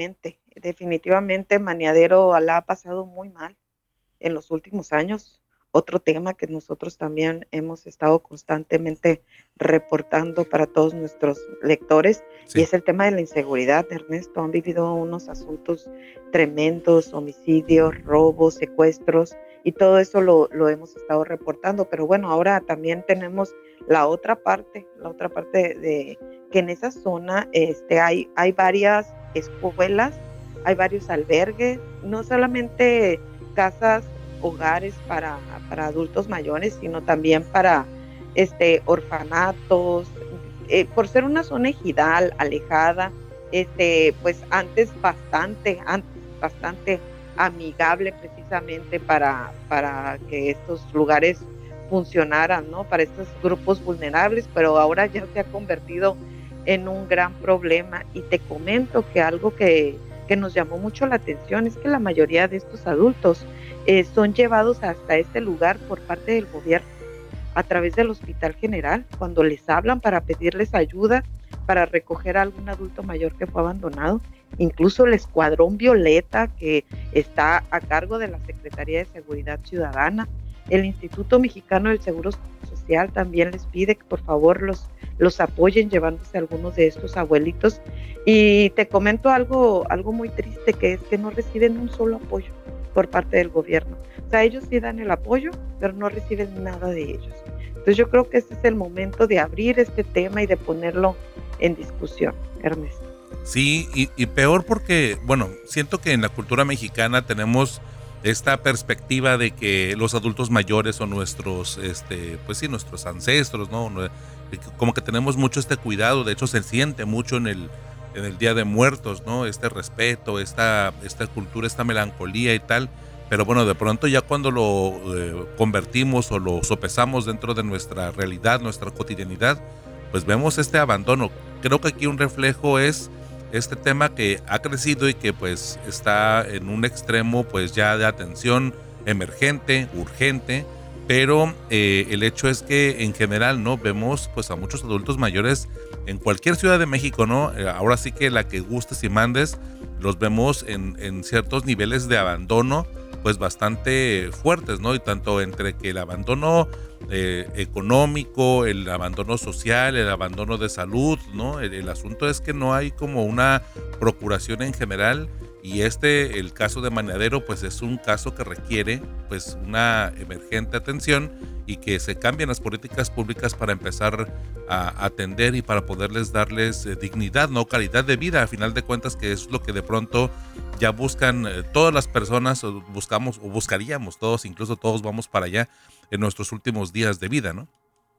definitivamente Maniadero la ha pasado muy mal en los últimos años. Otro tema que nosotros también hemos estado constantemente reportando para todos nuestros lectores, sí. Y es el tema de la inseguridad, Ernesto. Han vivido unos asuntos tremendos, homicidios, robos, secuestros, y todo eso lo, lo hemos estado reportando. Pero bueno, ahora también tenemos la otra parte, la otra parte de, de que en esa zona este, hay, hay varias escuelas, hay varios albergues, no solamente casas, hogares para, para adultos mayores, sino también para este, orfanatos, eh, por ser una zona ejidal, alejada, este, pues antes bastante, antes bastante amigable precisamente para, para que estos lugares funcionaran, ¿no? Para estos grupos vulnerables, pero ahora ya se ha convertido en un gran problema. Y te comento que algo que, que nos llamó mucho la atención es que la mayoría de estos adultos eh, son llevados hasta este lugar por parte del gobierno a través del Hospital General, cuando les hablan para pedirles ayuda para recoger a algún adulto mayor que fue abandonado. Incluso el Escuadrón Violeta, que está a cargo de la Secretaría de Seguridad Ciudadana, el Instituto Mexicano del Seguro Social también les pide que por favor los, los apoyen llevándose a algunos de estos abuelitos. Y te comento algo, algo muy triste, que es que no reciben un solo apoyo por parte del gobierno. O sea, ellos sí dan el apoyo, pero no reciben nada de ellos. Entonces yo creo que este es el momento de abrir este tema y de ponerlo en discusión, Ernesto. Sí, y, y peor porque, bueno, siento que en la cultura mexicana tenemos esta perspectiva de que los adultos mayores son nuestros, este, pues sí, nuestros ancestros, ¿no? Como que tenemos mucho este cuidado, de hecho se siente mucho en el, en el Día de Muertos, ¿no? Este respeto, esta, esta cultura, esta melancolía y tal, pero bueno, de pronto ya cuando lo eh, convertimos o lo sopesamos dentro de nuestra realidad, nuestra cotidianidad, pues vemos este abandono. Creo que aquí un reflejo es este tema que ha crecido y que pues está en un extremo pues ya de atención emergente, urgente, pero eh, el hecho es que en general, ¿no? Vemos pues a muchos adultos mayores en cualquier ciudad de México, ¿no? Eh, ahora sí que la que gustes y mandes, los vemos en, en ciertos niveles de abandono pues bastante fuertes, ¿no? Y tanto entre que el abandono eh, económico, el abandono social, el abandono de salud, ¿no? El, el asunto es que no hay como una procuración en general, y este, el caso de Maniadero, pues es un caso que requiere pues una emergente atención y que se cambien las políticas públicas para empezar a atender y para poderles darles eh, dignidad, no calidad de vida, a final de cuentas, que es lo que de pronto ya buscan eh, todas las personas, o buscamos o buscaríamos todos, incluso todos vamos para allá en nuestros últimos días de vida, ¿no?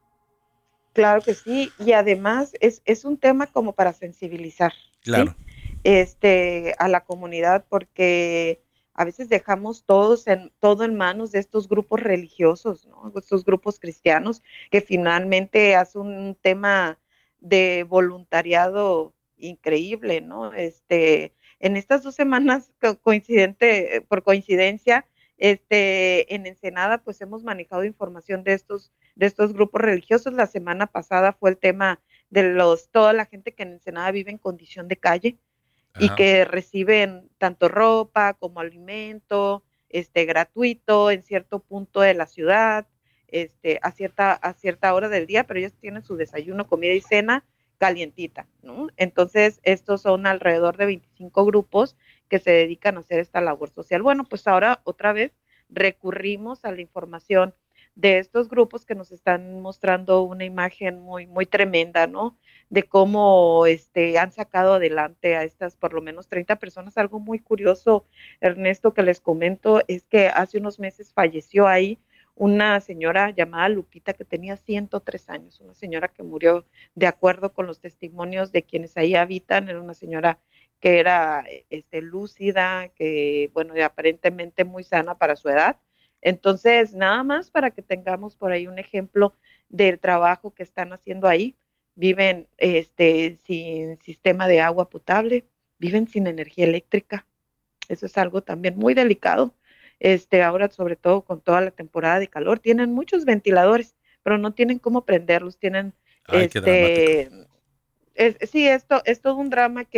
Claro que sí, y además es, es un tema como para sensibilizar, claro, ¿sí? este, a la comunidad, porque a veces dejamos todos en, todo en manos de estos grupos religiosos, ¿no? Estos grupos cristianos, que finalmente hacen un tema de voluntariado increíble, ¿no? Este, en estas dos semanas, coincidente, por coincidencia, este, en Ensenada, pues hemos manejado información de estos, de estos grupos religiosos. La semana pasada fue el tema de los, toda la gente que en Ensenada vive en condición de calle, y Ajá. que reciben tanto ropa como alimento, este, gratuito en cierto punto de la ciudad, este, a cierta, a cierta hora del día, pero ellos tienen su desayuno, comida y cena calientita, ¿no? Entonces, estos son alrededor de veinticinco grupos que se dedican a hacer esta labor social. Bueno, pues ahora otra vez recurrimos a la información de estos grupos que nos están mostrando una imagen muy, muy tremenda, ¿no? De cómo este, han sacado adelante a estas por lo menos treinta personas. Algo muy curioso, Ernesto, que les comento, es que hace unos meses falleció ahí una señora llamada Lupita, que tenía ciento tres años, una señora que murió de acuerdo con los testimonios de quienes ahí habitan. Era una señora que era este, lúcida, que, bueno, y aparentemente muy sana para su edad. Entonces, nada más para que tengamos por ahí un ejemplo del trabajo que están haciendo ahí. Viven este, sin sistema de agua potable, viven sin energía eléctrica. Eso es algo también muy delicado. Este, ahora, sobre todo con toda la temporada de calor, tienen muchos ventiladores, pero no tienen cómo prenderlos. Tienen, Ay, este, es, sí, esto es todo un drama que,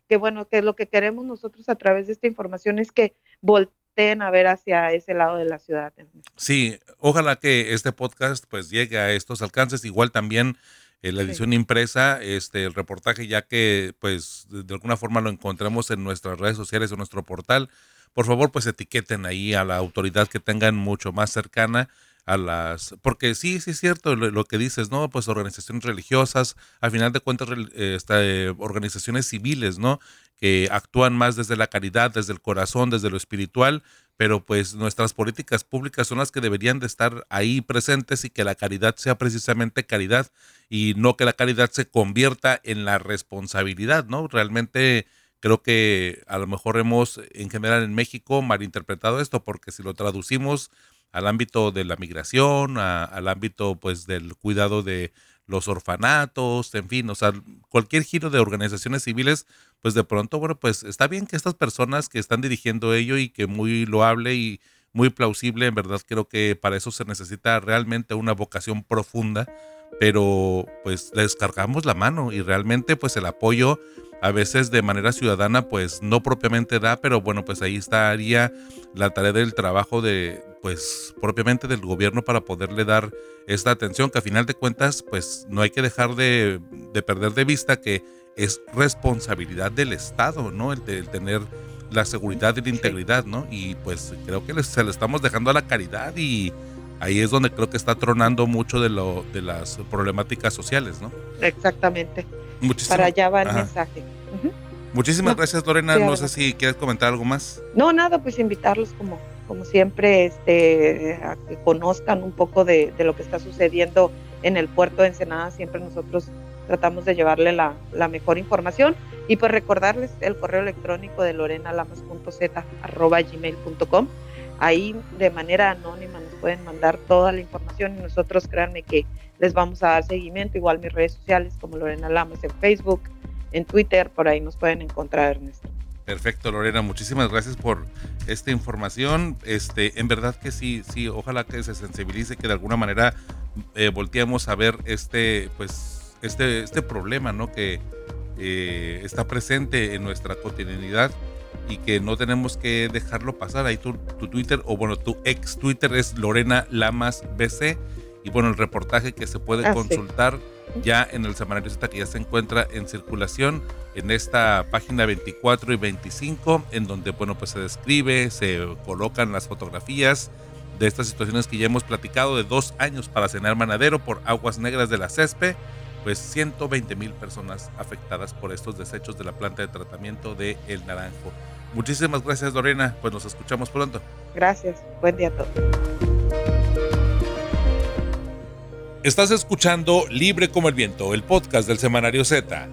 que bueno, que lo que queremos nosotros a través de esta información es que volteen a ver hacia ese lado de la ciudad. Sí, ojalá que este podcast pues llegue a estos alcances, igual también eh, la edición sí. impresa, este el reportaje, ya que pues de, de alguna forma lo encontramos en nuestras redes sociales o nuestro portal. Por favor, pues etiqueten ahí a la autoridad que tengan mucho más cercana a las, porque sí, sí es cierto lo, lo que dices, ¿no? Pues organizaciones religiosas, al final de cuentas, eh, esta, eh, organizaciones civiles, ¿no? Que actúan más desde la caridad, desde el corazón, desde lo espiritual, pero pues nuestras políticas públicas son las que deberían de estar ahí presentes y que la caridad sea precisamente caridad y no que la caridad se convierta en la responsabilidad, ¿no? Realmente creo que a lo mejor hemos, en general en México, malinterpretado esto, porque si lo traducimos al ámbito de la migración, a, al ámbito pues del cuidado de los orfanatos, en fin, o sea, cualquier giro de organizaciones civiles, pues de pronto, bueno, pues está bien que estas personas que están dirigiendo ello y que muy loable y muy plausible, en verdad creo que para eso se necesita realmente una vocación profunda, pero pues les cargamos la mano y realmente pues el apoyo a veces de manera ciudadana pues no propiamente da, pero bueno, pues ahí estaría la tarea del trabajo de pues propiamente del gobierno para poderle dar esta atención, que a final de cuentas pues no hay que dejar de, de perder de vista que es responsabilidad del Estado, ¿no? El, de, el tener la seguridad y la integridad, ¿no? Y pues creo que les, se lo estamos dejando a la caridad y ahí es donde creo que está tronando mucho de lo de las problemáticas sociales, ¿no? Exactamente. Muchísimas, para allá va el ajá. mensaje. Uh-huh. Muchísimas no, gracias, Lorena. Sí, no sé si quieres comentar algo más. No, nada, pues invitarlos como, como siempre este, a que conozcan un poco de, de lo que está sucediendo en el puerto de Ensenada. Siempre nosotros tratamos de llevarle la, la mejor información y pues recordarles el correo electrónico de lorenalamas punto z arroba gmail punto com. Ahí de manera anónima nos pueden mandar toda la información y nosotros créanme que les vamos a dar seguimiento, igual mis redes sociales como Lorena Lamas en Facebook, en Twitter, por ahí nos pueden encontrar, Ernesto. Perfecto, Lorena, muchísimas gracias por esta información. Este, en verdad que sí, sí, ojalá que se sensibilice, que de alguna manera eh, volteemos a ver este, pues, este, este problema, ¿no? Que eh, está presente en nuestra cotidianidad y que no tenemos que dejarlo pasar. Ahí tu, tu Twitter, o bueno, tu ex Twitter es Lorena Lamas B C. Y bueno, el reportaje que se puede ah, consultar sí. ya en el Semanario Z, que ya se encuentra en circulación en esta página veinticuatro y veinticinco, en donde bueno, pues se describe, se colocan las fotografías de estas situaciones que ya hemos platicado, de dos años para cenar Manadero por aguas negras de la Cespe, pues ciento veinte mil personas afectadas por estos desechos de la planta de tratamiento de El Naranjo. Muchísimas gracias, Lorena, pues nos escuchamos pronto. Gracias, buen día a todos. Estás escuchando Libre como el Viento, el podcast del Semanario Z.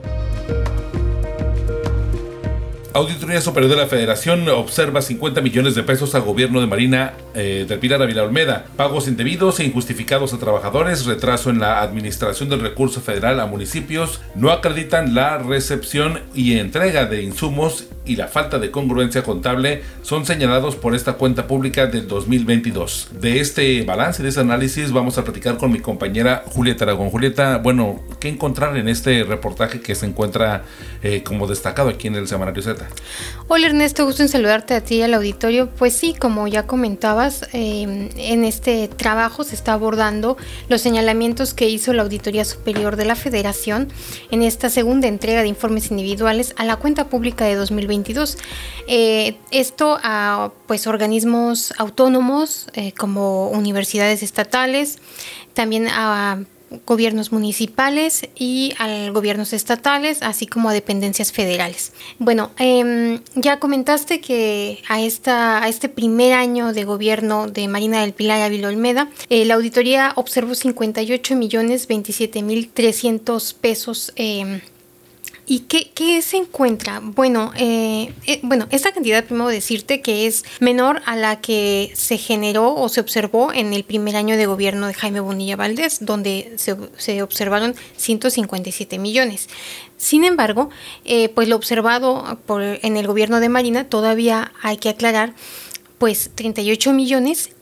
Auditoría Superior de la Federación observa cincuenta millones de pesos al gobierno de Marina eh, del Pilar Ávila Olmeda. Pagos indebidos e injustificados a trabajadores, retraso en la administración del recurso federal a municipios, no acreditan la recepción y entrega de insumos y la falta de congruencia contable son señalados por esta cuenta pública del dos mil veintidós. De este balance y de ese análisis vamos a platicar con mi compañera Julieta Aragón. Julieta, bueno, ¿qué encontrar en este reportaje que se encuentra eh, como destacado aquí en el Semanario Z? Hola Ernesto, gusto en saludarte a ti y al auditorio. Pues sí, como ya comentabas, eh, en este trabajo se está abordando los señalamientos que hizo la Auditoría Superior de la Federación en esta segunda entrega de informes individuales a la cuenta pública de dos mil veintidós. Eh, esto a pues organismos autónomos eh, como universidades estatales, también a gobiernos municipales y a gobiernos estatales, así como a dependencias federales. Bueno, eh, ya comentaste que a, esta, a este primer año de gobierno de Marina del Pilar Ávila Olmeda, eh, la auditoría observó cincuenta y ocho millones veintisiete mil trescientos pesos. Eh, ¿Y qué, qué se encuentra? Bueno, eh, eh, bueno, esta cantidad, primero decirte que es menor a la que se generó o se observó en el primer año de gobierno de Jaime Bonilla Valdés, donde se, se observaron ciento cincuenta y siete millones. Sin embargo, eh, pues lo observado por, en el gobierno de Marina, todavía hay que aclarar, pues treinta y ocho millones y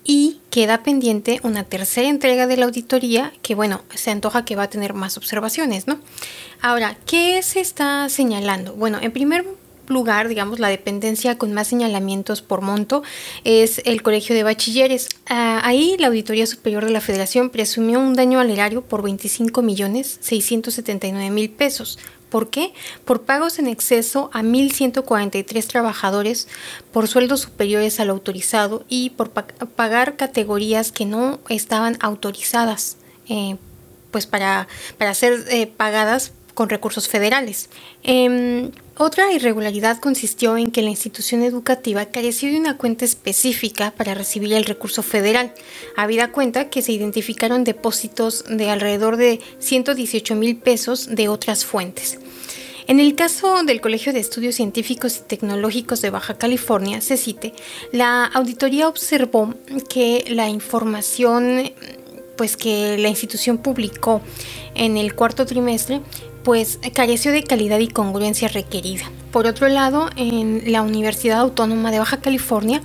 queda pendiente una tercera entrega de la auditoría que, bueno, se antoja que va a tener más observaciones, ¿no? Ahora, ¿qué se está señalando? Bueno, en primer lugar, digamos, la dependencia con más señalamientos por monto es el Colegio de Bachilleres. Ah, ahí la Auditoría Superior de la Federación presumió un daño al erario por veinticinco millones seiscientos setenta y nueve mil pesos. ¿Por qué? Por pagos en exceso a mil ciento cuarenta y tres trabajadores, por sueldos superiores al autorizado y por pa- pagar categorías que no estaban autorizadas eh, pues para, para ser eh, pagadas con recursos federales. Eh, otra irregularidad consistió en que la institución educativa careció de una cuenta específica para recibir el recurso federal, habida cuenta que se identificaron depósitos de alrededor de ciento dieciocho mil pesos de otras fuentes. En el caso del Colegio de Estudios Científicos y Tecnológicos de Baja California, CECITE, la auditoría observó que la información pues, que la institución publicó en el cuarto trimestre pues careció de calidad y congruencia requerida. Por otro lado, en la Universidad Autónoma de Baja California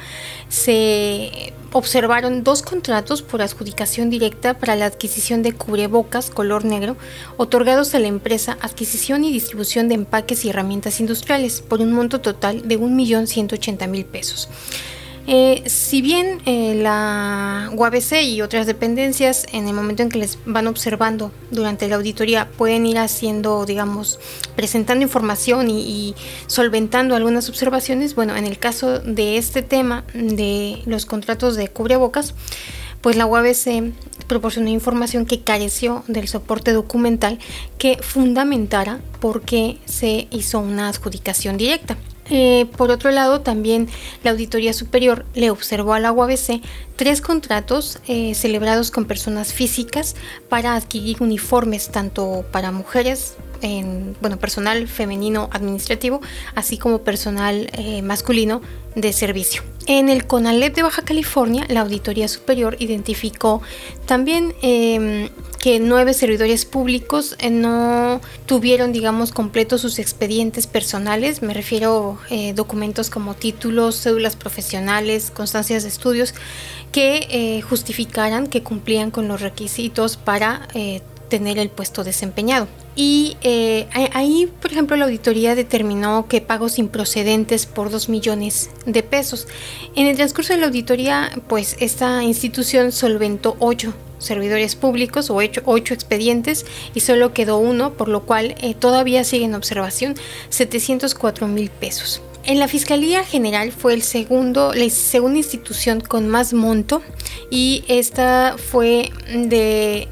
se observaron dos contratos por adjudicación directa para la adquisición de cubrebocas color negro otorgados a la empresa Adquisición y Distribución de Empaques y Herramientas Industriales por un monto total de un millón ciento ochenta mil pesos. Eh, si bien eh, la U A B C y otras dependencias en el momento en que les van observando durante la auditoría pueden ir haciendo, digamos, presentando información y, y solventando algunas observaciones, bueno, en el caso de este tema de los contratos de cubrebocas, pues la U A B C proporcionó información que careció del soporte documental que fundamentara por qué se hizo una adjudicación directa. Eh, por otro lado, también la Auditoría Superior le observó a la U A B C tres contratos eh, celebrados con personas físicas para adquirir uniformes tanto para mujeres, en, bueno, personal femenino administrativo, así como personal eh, masculino de servicio. En el CONALEP de Baja California, la Auditoría Superior identificó también eh, que nueve servidores públicos eh, no tuvieron, digamos, completos sus expedientes personales. Me refiero a eh, documentos como títulos, cédulas profesionales, constancias de estudios que eh, justificaran que cumplían con los requisitos para eh, tener el puesto desempeñado. Y eh, ahí, por ejemplo, la auditoría determinó que pagos improcedentes por dos millones de pesos. En el transcurso de la auditoría, pues esta institución solventó ocho servidores públicos o ocho, ocho expedientes y solo quedó uno, por lo cual eh, todavía sigue en observación setecientos cuatro mil pesos. En la Fiscalía General fue el segundo, la segunda institución con más monto y esta fue de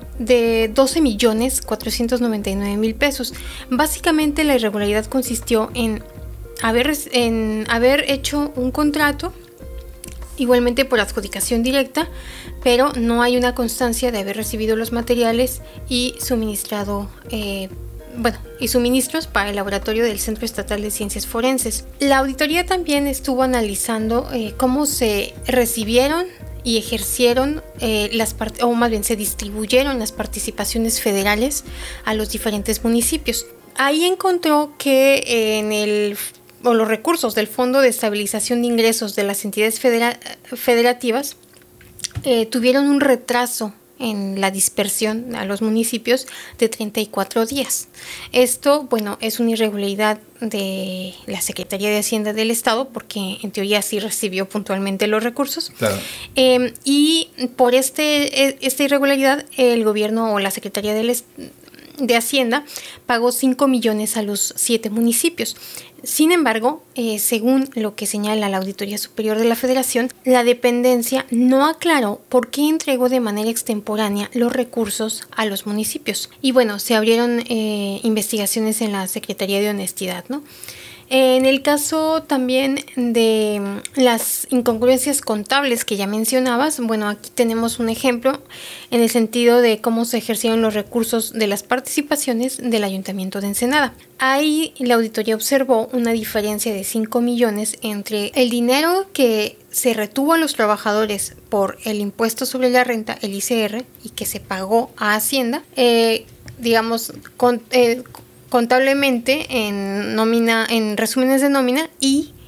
de doce millones cuatrocientos noventa y nueve mil pesos. Básicamente la irregularidad consistió en haber, en haber hecho un contrato igualmente por adjudicación directa, pero no hay una constancia de haber recibido los materiales y suministrado eh, bueno, y suministros para el laboratorio del Centro Estatal de Ciencias Forenses. La auditoría también estuvo analizando eh, cómo se recibieron y ejercieron eh, las part- o más bien se distribuyeron las participaciones federales a los diferentes municipios. Ahí encontró que en el o los recursos del Fondo de Estabilización de Ingresos de las entidades federa- federativas eh, tuvieron un retraso en la dispersión a los municipios de treinta y cuatro días. Esto, bueno, es una irregularidad de la Secretaría de Hacienda del Estado, porque en teoría sí recibió puntualmente los recursos. Claro. Eh, y por este esta irregularidad, el gobierno o la Secretaría del de Hacienda pagó cinco millones a los siete municipios. Sin embargo, eh, según lo que señala la Auditoría Superior de la Federación, la dependencia no aclaró por qué entregó de manera extemporánea los recursos a los municipios. Y bueno, se abrieron eh, investigaciones en la Secretaría de Honestidad, ¿no? En el caso también de las incongruencias contables que ya mencionabas, bueno, aquí tenemos un ejemplo en el sentido de cómo se ejercieron los recursos de las participaciones del Ayuntamiento de Ensenada. Ahí la auditoría observó una diferencia de cinco millones entre el dinero que se retuvo a los trabajadores por el impuesto sobre la renta, el I C R, y que se pagó a Hacienda, eh, digamos, con... Eh, contablemente en nómina, en resúmenes de nómina y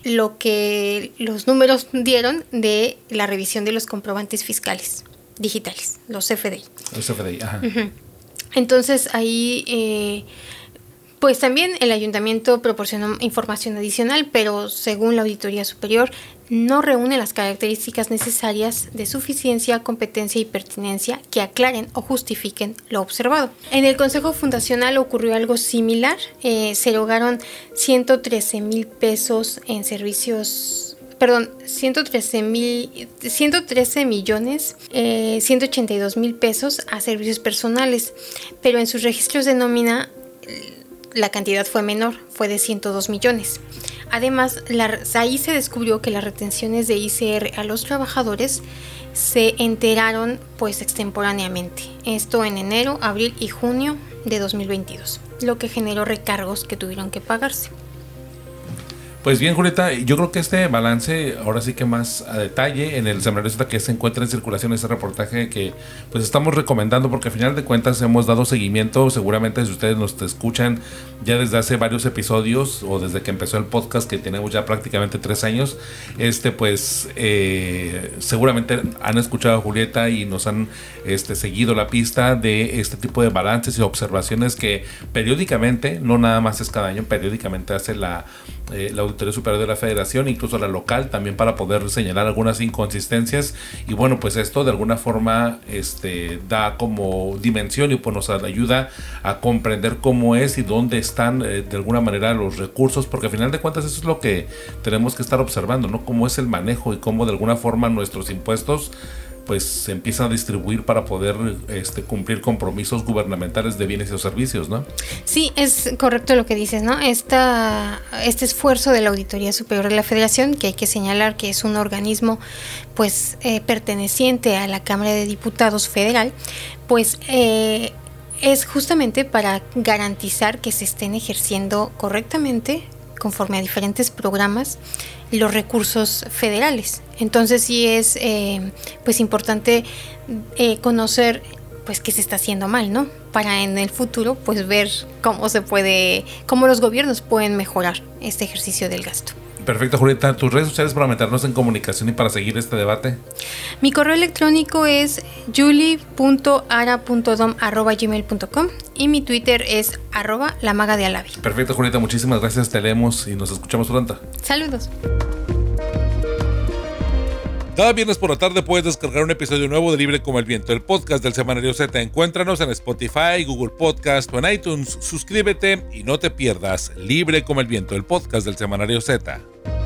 lo que los números dieron de la revisión de los comprobantes fiscales digitales, los C F D I. Los C F D I, ajá. Uh-huh. Entonces ahí, eh, pues también el ayuntamiento proporcionó información adicional, pero según la Auditoría Superior no reúne las características necesarias de suficiencia, competencia y pertinencia que aclaren o justifiquen lo observado. En el Consejo Fundacional ocurrió algo similar, eh, se erogaron ciento trece mil pesos en servicios. Perdón, ciento trece mil, ciento trece millones, eh, ciento ochenta y dos mil pesos a servicios personales, pero en sus registros de nómina la cantidad fue menor, fue de ciento dos millones. Además, la, ahí se descubrió que las retenciones de I C R a los trabajadores se enteraron pues extemporáneamente, esto en enero, abril y junio de dos mil veintidós, lo que generó recargos que tuvieron que pagarse. Pues bien, Julieta, yo creo que este balance, ahora sí que más a detalle, en el Semanario Z que se encuentra en circulación, ese reportaje que pues estamos recomendando, porque al final de cuentas hemos dado seguimiento, seguramente si ustedes nos escuchan ya desde hace varios episodios, o desde que empezó el podcast, que tenemos ya prácticamente tres años, este pues eh, seguramente han escuchado a Julieta y nos han este, seguido la pista de este tipo de balances y observaciones que periódicamente, no nada más es cada año, periódicamente hace la, eh, la Auditoría Superior de la Federación, incluso la local, también para poder señalar algunas inconsistencias. Y bueno, pues esto de alguna forma este, da como dimensión y pues nos ayuda a comprender cómo es y dónde están eh, de alguna manera los recursos, porque al final de cuentas eso es lo que tenemos que estar observando, ¿no? Cómo es el manejo y cómo de alguna forma nuestros impuestos pues se empiezan a distribuir para poder este, cumplir compromisos gubernamentales de bienes y servicios, ¿no? Sí, es correcto lo que dices, ¿no? Esta, este esfuerzo de la Auditoría Superior de la Federación, que hay que señalar que es un organismo pues eh, perteneciente a la Cámara de Diputados Federal, pues eh, es justamente para garantizar que se estén ejerciendo correctamente, conforme a diferentes programas, los recursos federales. Entonces sí es eh, pues importante eh, conocer pues qué se está haciendo mal, ¿no? Para en el futuro pues ver cómo se puede, cómo los gobiernos pueden mejorar este ejercicio del gasto. Perfecto, Julieta. ¿Tus redes sociales para meternos en comunicación y para seguir este debate? Mi correo electrónico es julie punto ara punto dom arroba gmail punto com y mi Twitter es arroba la maga de Alavi. Perfecto, Julieta. Muchísimas gracias. Te leemos y nos escuchamos pronto. Saludos. Cada viernes por la tarde puedes descargar un episodio nuevo de Libre como el Viento, el podcast del Semanario Z. Encuéntranos en Spotify, Google Podcast o en iTunes. Suscríbete y no te pierdas Libre como el Viento, el podcast del Semanario Z.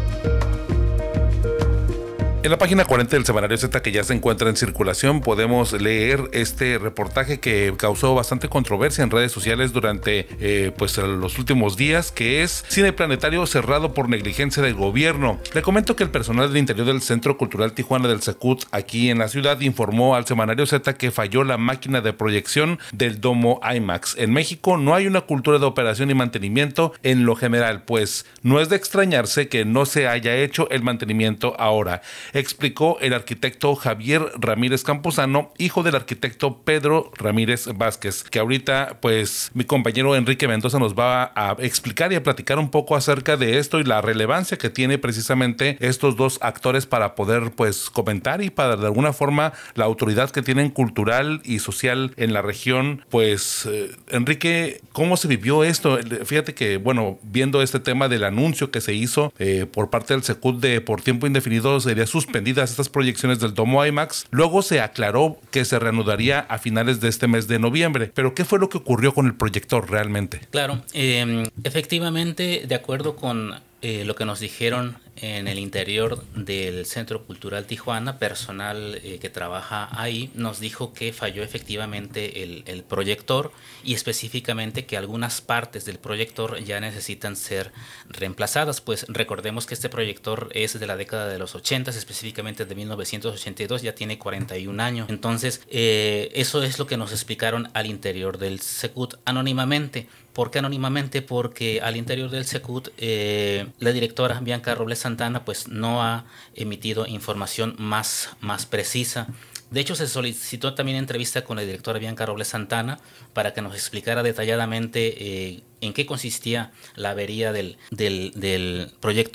En la página cuarenta del Semanario Z, que ya se encuentra en circulación, podemos leer este reportaje que causó bastante controversia en redes sociales durante eh, pues, los últimos días, que es Cine Planetario cerrado por negligencia del gobierno. Le comento que el personal del interior del Centro Cultural Tijuana del Secut, aquí en la ciudad, informó al Semanario Z que falló la máquina de proyección del domo IMAX. En México no hay una cultura de operación y mantenimiento en lo general, pues no es de extrañarse que no se haya hecho el mantenimiento ahora, explicó el arquitecto Javier Ramírez Campuzano, hijo del arquitecto Pedro Ramírez Vázquez, que ahorita pues mi compañero Enrique Mendoza nos va a explicar y a platicar un poco acerca de esto y la relevancia que tiene precisamente estos dos actores para poder pues comentar y para de alguna forma la autoridad que tienen cultural y social en la región. Pues eh, Enrique, ¿cómo se vivió esto? Fíjate que bueno, viendo este tema del anuncio que se hizo eh, por parte del Secut de por tiempo indefinido sería suspendidas estas proyecciones del domo IMAX, luego se aclaró que se reanudaría a finales de este mes de noviembre. Pero ¿qué fue lo que ocurrió con el proyector realmente? Claro, eh, efectivamente, de acuerdo con eh, lo que nos dijeron en el interior del Centro Cultural Tijuana, personal eh, que trabaja ahí nos dijo que falló efectivamente el, el proyector y específicamente que algunas partes del proyector ya necesitan ser reemplazadas, pues recordemos que este proyector es de la década de los ochentas, específicamente de mil novecientos ochenta y dos, ya tiene cuarenta y un años. Entonces eh, eso es lo que nos explicaron al interior del Secut anónimamente. ¿Por qué anónimamente? Porque al interior del Secut eh, la directora Bianca Robles Santana pues no ha emitido información más, más precisa. De hecho, se solicitó también entrevista con la directora Bianca Robles Santana para que nos explicara detalladamente eh, en qué consistía la avería del, del, del proyector,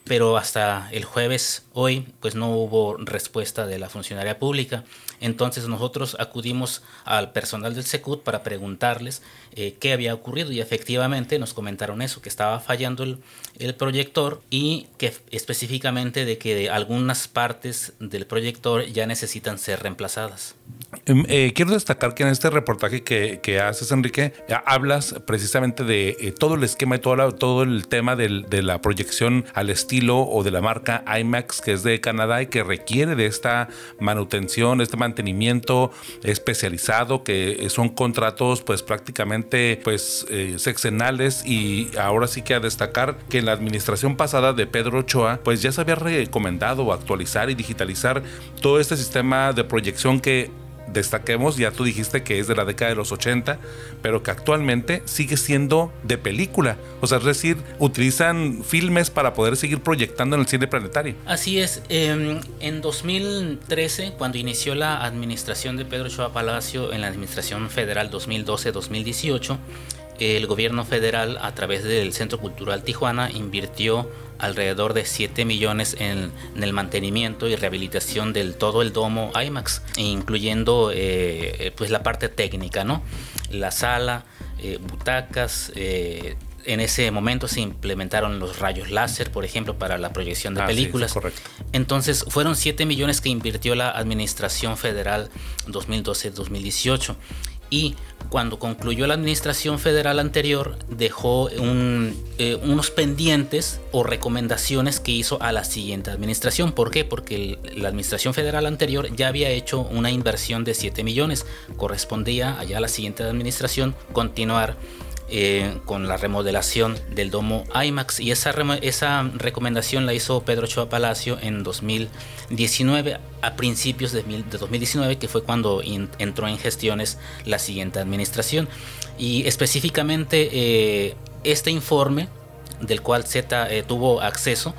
pero hasta el jueves, hoy, pues no hubo respuesta de la funcionaria pública. Entonces nosotros acudimos al personal del Secut para preguntarles eh, qué había ocurrido, y efectivamente nos comentaron eso, que estaba fallando el, el proyector, y que específicamente de que algunas partes del proyector ya necesitan ser reemplazadas. Eh, quiero destacar que en este reportaje que, que haces, Enrique, hablas precisamente de eh, todo el esquema y todo, la, todo el tema del, de la proyección al estilo o de la marca IMAX, que es de Canadá y que requiere de esta manutención, este mantenimiento especializado, que son contratos pues prácticamente pues eh, sexenales. Y ahora sí que a destacar que en la administración pasada de Pedro Ochoa pues ya se había recomendado actualizar y digitalizar todo este sistema de proyección que, destaquemos, ya tú dijiste que es de la década de los ochenta, pero que actualmente sigue siendo de película. O sea, es decir, utilizan filmes para poder seguir proyectando en el cine planetario. Así es. Eh, en dos mil trece, cuando inició la administración de Pedro Ochoa Palacio en la administración federal dos mil doce a dos mil dieciocho, el gobierno federal, a través del Centro Cultural Tijuana, invirtió alrededor de siete millones en, en el mantenimiento y rehabilitación del todo el domo IMAX, incluyendo eh, pues la parte técnica, ¿no? La sala, eh, butacas. Eh, en ese momento se implementaron los rayos láser, por ejemplo, para la proyección de ah, películas. Sí, correcto. Entonces fueron siete millones que invirtió la administración federal dos mil doce a dos mil dieciocho. Y cuando concluyó la administración federal anterior, dejó un, eh, unos pendientes o recomendaciones que hizo a la siguiente administración. ¿Por qué? Porque el, la administración federal anterior ya había hecho una inversión de siete millones. Correspondía allá a la siguiente administración continuar Eh, con la remodelación del domo IMAX, y esa, esa recomendación la hizo Pedro Ochoa Palacio en dos mil diecinueve, a principios de, de dos mil diecinueve, que fue cuando in, entró en gestiones la siguiente administración. Y específicamente eh, este informe del cual Z eh, tuvo acceso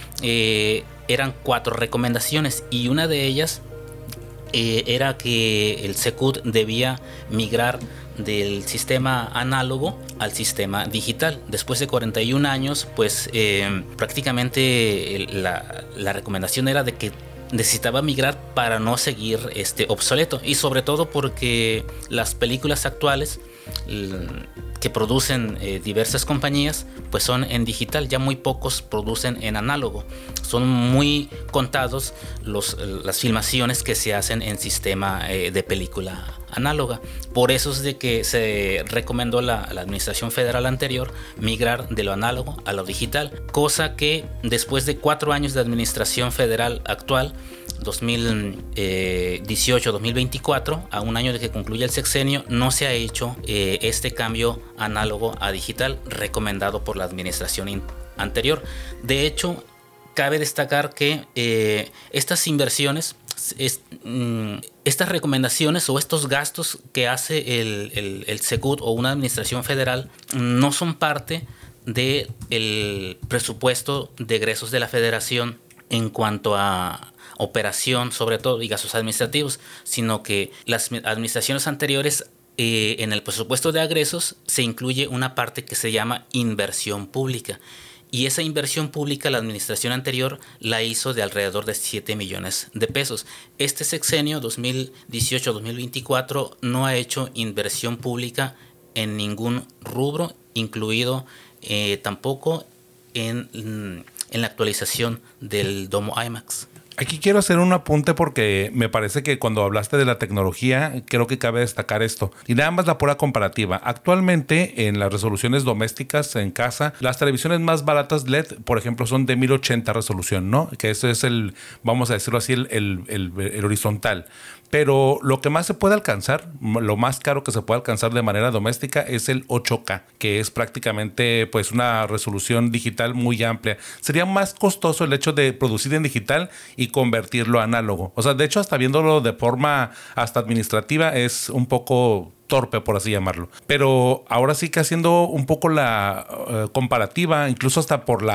eh, eran cuatro recomendaciones, y una de ellas eh, era que el Secut debía migrar del sistema análogo al sistema digital. Después de cuarenta y un años, pues eh, prácticamente la, la recomendación era de que necesitaba migrar para no seguir este obsoleto, y sobre todo porque las películas actuales que producen eh, diversas compañías pues son en digital, ya muy pocos producen en análogo. Son muy contados los, las filmaciones que se hacen en sistema eh, de película análoga. Por eso es de que se recomendó la, la administración federal anterior migrar de lo análogo a lo digital, cosa que después de cuatro años de administración federal actual, dos mil dieciocho a dos mil veinticuatro, a un año de que concluya el sexenio, no se ha hecho eh, este cambio análogo a digital recomendado por la administración in- anterior. De hecho, cabe destacar que eh, estas inversiones, es, mm, estas recomendaciones o estos gastos que hace el, el, el Secut o una administración federal no son parte del presupuesto de egresos de la federación en cuanto a operación, sobre todo, y gastos administrativos, sino que las administraciones anteriores, eh, en el presupuesto de egresos se incluye una parte que se llama inversión pública, y esa inversión pública la administración anterior la hizo de alrededor de siete millones de pesos. Este sexenio dos mil dieciocho a dos mil veinticuatro no ha hecho inversión pública en ningún rubro, incluido eh, tampoco en, en la actualización del domo IMAX. Aquí quiero hacer un apunte porque me parece que cuando hablaste de la tecnología, creo que cabe destacar esto. Y nada más la pura comparativa. Actualmente, en las resoluciones domésticas en casa, las televisiones más baratas L E D, por ejemplo, son de mil ochenta resolución, ¿no? Que eso es el, vamos a decirlo así, el, el, el, el horizontal. Pero lo que más se puede alcanzar, lo más caro que se puede alcanzar de manera doméstica es el ocho K, que es prácticamente pues una resolución digital muy amplia. Sería más costoso el hecho de producir en digital y convertirlo a análogo. O sea, de hecho, hasta viéndolo de forma hasta administrativa es un poco torpe, por así llamarlo. Pero ahora sí que haciendo un poco la uh, comparativa, incluso hasta por la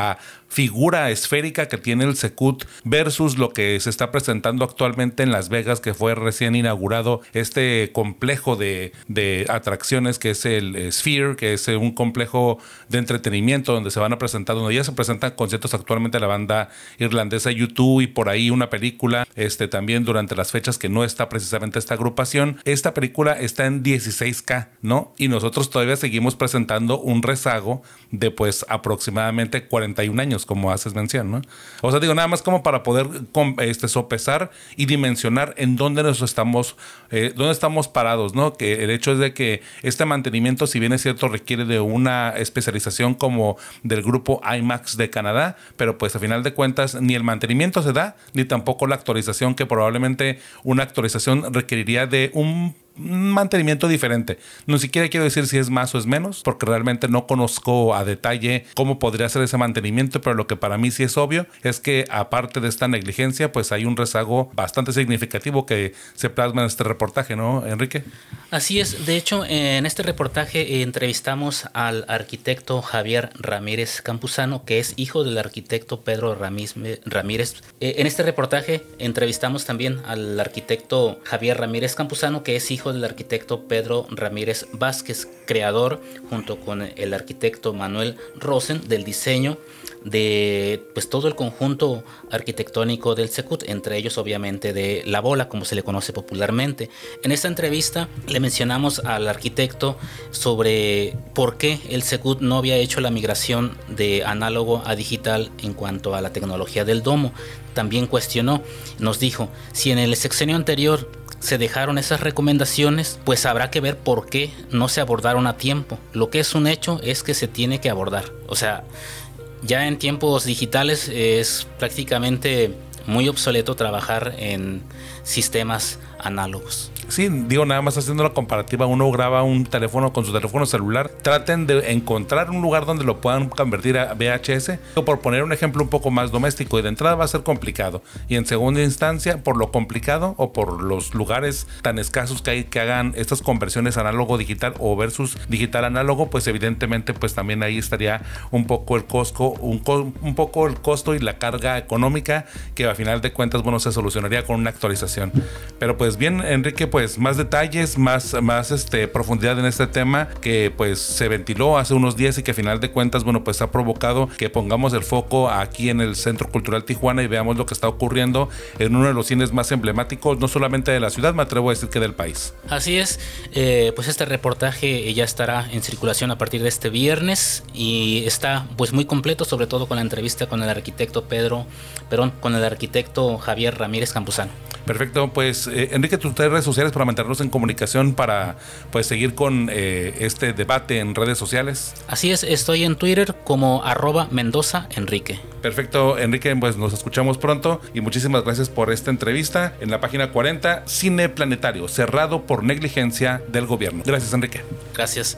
figura esférica que tiene el Secut versus lo que se está presentando actualmente en Las Vegas, que fue recién inaugurado este complejo de, de atracciones que es el Sphere, que es un complejo de entretenimiento donde se van a presentar, donde ya se presentan conciertos actualmente de la banda irlandesa U dos y por ahí una película este, también durante las fechas que no está precisamente esta agrupación. Esta película está en dieciséis K, ¿no? Y nosotros todavía seguimos presentando un rezago de pues aproximadamente cuarenta y un años, como haces mención, ¿no? O sea, digo, nada más como para poder este, sopesar y dimensionar en dónde nos estamos, eh, dónde estamos parados, ¿no? Que el hecho es de que este mantenimiento, si bien es cierto, requiere de una especialización como del grupo IMAX de Canadá, pero pues a final de cuentas ni el mantenimiento se da, ni tampoco la actualización, que probablemente una actualización requeriría de un mantenimiento diferente. No siquiera quiero decir si es más o es menos, porque realmente no conozco a detalle cómo podría ser ese mantenimiento, pero lo que para mí sí es obvio es que aparte de esta negligencia, pues hay un rezago bastante significativo que se plasma en este reportaje, ¿no, Enrique? Así es. De hecho, en este reportaje entrevistamos al arquitecto Javier Ramírez Campuzano, que es hijo del arquitecto Pedro Ramírez. En este reportaje entrevistamos también al arquitecto Javier Ramírez Campuzano, que es hijo del arquitecto Pedro Ramírez Vázquez, creador junto con el arquitecto Manuel Rosen del diseño de pues todo el conjunto arquitectónico del Secut, entre ellos obviamente de La Bola, como se le conoce popularmente. En esta entrevista le mencionamos al arquitecto sobre por qué el Secut no había hecho la migración de análogo a digital en cuanto a la tecnología del domo. También cuestionó, nos dijo, si en el sexenio anterior se dejaron esas recomendaciones, pues habrá que ver por qué no se abordaron a tiempo. Lo que es un hecho es que se tiene que abordar. O sea, ya en tiempos digitales es prácticamente muy obsoleto trabajar en sistemas análogos. Sí, digo, nada más haciendo la comparativa, uno graba un teléfono con su teléfono celular, traten de encontrar un lugar donde lo puedan convertir a V H S, por poner un ejemplo un poco más doméstico, y de entrada va a ser complicado, y en segunda instancia, por lo complicado o por los lugares tan escasos que hay que hagan estas conversiones análogo digital o versus digital análogo, pues evidentemente pues también ahí estaría un poco el costo, un, co- un poco el costo y la carga económica, que a final de cuentas, bueno, se solucionaría con una actualización. Pero pues bien, Enrique, pues más detalles, más, más este, profundidad en este tema que pues se ventiló hace unos días y que a final de cuentas, bueno, pues ha provocado que pongamos el foco aquí en el Centro Cultural Tijuana y veamos lo que está ocurriendo en uno de los cines más emblemáticos, no solamente de la ciudad, me atrevo a decir que del país. Así es, eh, pues este reportaje ya estará en circulación a partir de este viernes y está pues muy completo, sobre todo con la entrevista con el arquitecto Pedro, perdón, con el arquitecto Javier Ramírez Campuzano. Perfecto, pues eh, Enrique, tus redes sociales para mantenernos en comunicación, para pues seguir con eh, este debate en redes sociales. Así es, estoy en Twitter como arroba Mendoza Enrique. Perfecto, Enrique, pues nos escuchamos pronto y muchísimas gracias por esta entrevista en la página cuarenta, Cine Planetario, cerrado por negligencia del gobierno. Gracias, Enrique. Gracias.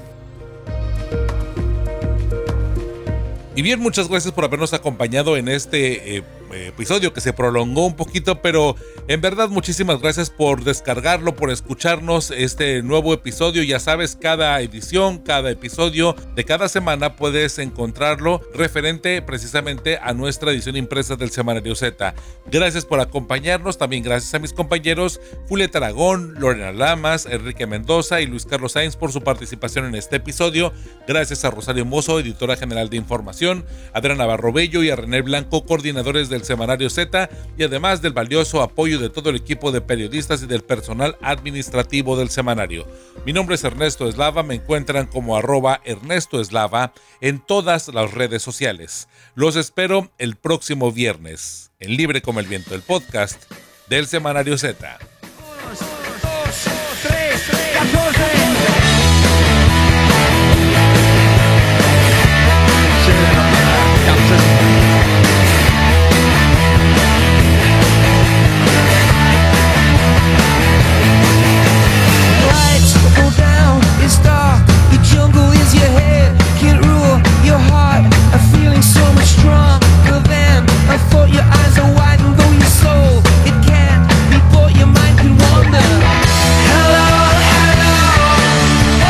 Y bien, muchas gracias por habernos acompañado en este eh, episodio que se prolongó un poquito, pero en verdad muchísimas gracias por descargarlo, por escucharnos este nuevo episodio. Ya sabes, cada edición, cada episodio de cada semana puedes encontrarlo referente precisamente a nuestra edición impresa del Semanario Z. Gracias por acompañarnos, también gracias a mis compañeros Julieta Aragón, Lorena Lamas, Enrique Mendoza y Luis Carlos Sainz por su participación en este episodio. Gracias a Rosario Mozo, editora general de información, a Adriana Navarro Bello y a René Blanco, coordinadores del Semanario Z, y además del valioso apoyo de todo el equipo de periodistas y del personal administrativo del semanario. Mi nombre es Ernesto Eslava, me encuentran como arroba Ernesto Eslava en todas las redes sociales. Los espero el próximo viernes en Libre como el Viento, el podcast del Semanario Z. It's dark, the jungle is your head, can't rule your heart, a feeling so much stronger than I thought. Your eyes are wide and though your soul, it can't be bought, your mind can wander. Hello, hello,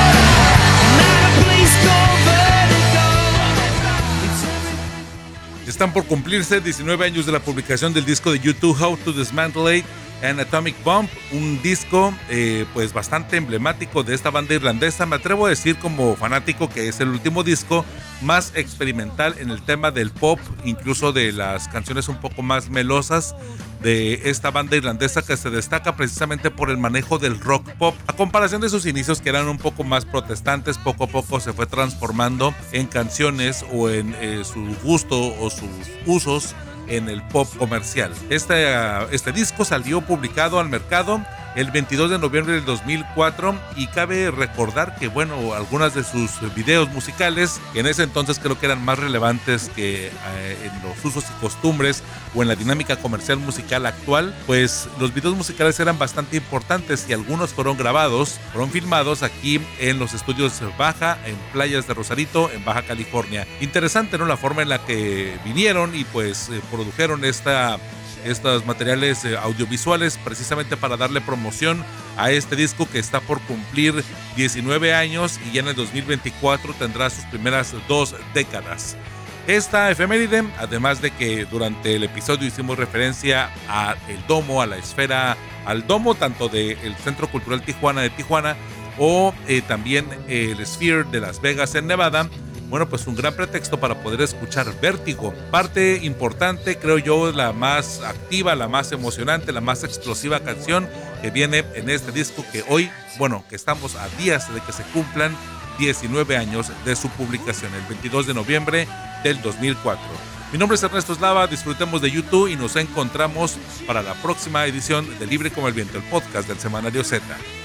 not a place called vertigo. Están por cumplirse diecinueve años de la publicación del disco de U dos, How to Dismantle an Atomic Bomb, un disco eh, pues bastante emblemático de esta banda irlandesa. Me atrevo a decir como fanático que es el último disco más experimental en el tema del pop, incluso de las canciones un poco más melosas de esta banda irlandesa, que se destaca precisamente por el manejo del rock pop. A comparación de sus inicios, que eran un poco más protestantes, poco a poco se fue transformando en canciones o en eh, su gusto o sus usos en el pop comercial. Este, uh, este disco salió publicado al mercado el veintidós de noviembre del dos mil cuatro y cabe recordar que, bueno, algunas de sus videos musicales, que en ese entonces creo que eran más relevantes que eh, en los usos y costumbres o en la dinámica comercial musical actual, pues los videos musicales eran bastante importantes y algunos fueron grabados, fueron filmados aquí en los estudios Baja, en Playas de Rosarito, en Baja California. Interesante, ¿no? La forma en la que vinieron y pues eh, produjeron esta estos materiales eh, audiovisuales precisamente para darle promoción a este disco que está por cumplir diecinueve años y ya en el dos mil veinticuatro tendrá sus primeras dos décadas. Esta efeméride, además de que durante el episodio hicimos referencia a el domo, a la esfera, al domo tanto del Centro Cultural Tijuana de Tijuana o eh, también el Sphere de Las Vegas en Nevada. Bueno, pues un gran pretexto para poder escuchar Vértigo, parte importante, creo yo, la más activa, la más emocionante, la más explosiva canción que viene en este disco que hoy, bueno, que estamos a días de que se cumplan diecinueve años de su publicación, el veintidós de noviembre del dos mil cuatro. Mi nombre es Ernesto Eslava, disfrutemos de U dos y nos encontramos para la próxima edición de Libre como el Viento, el podcast del Semanario Z.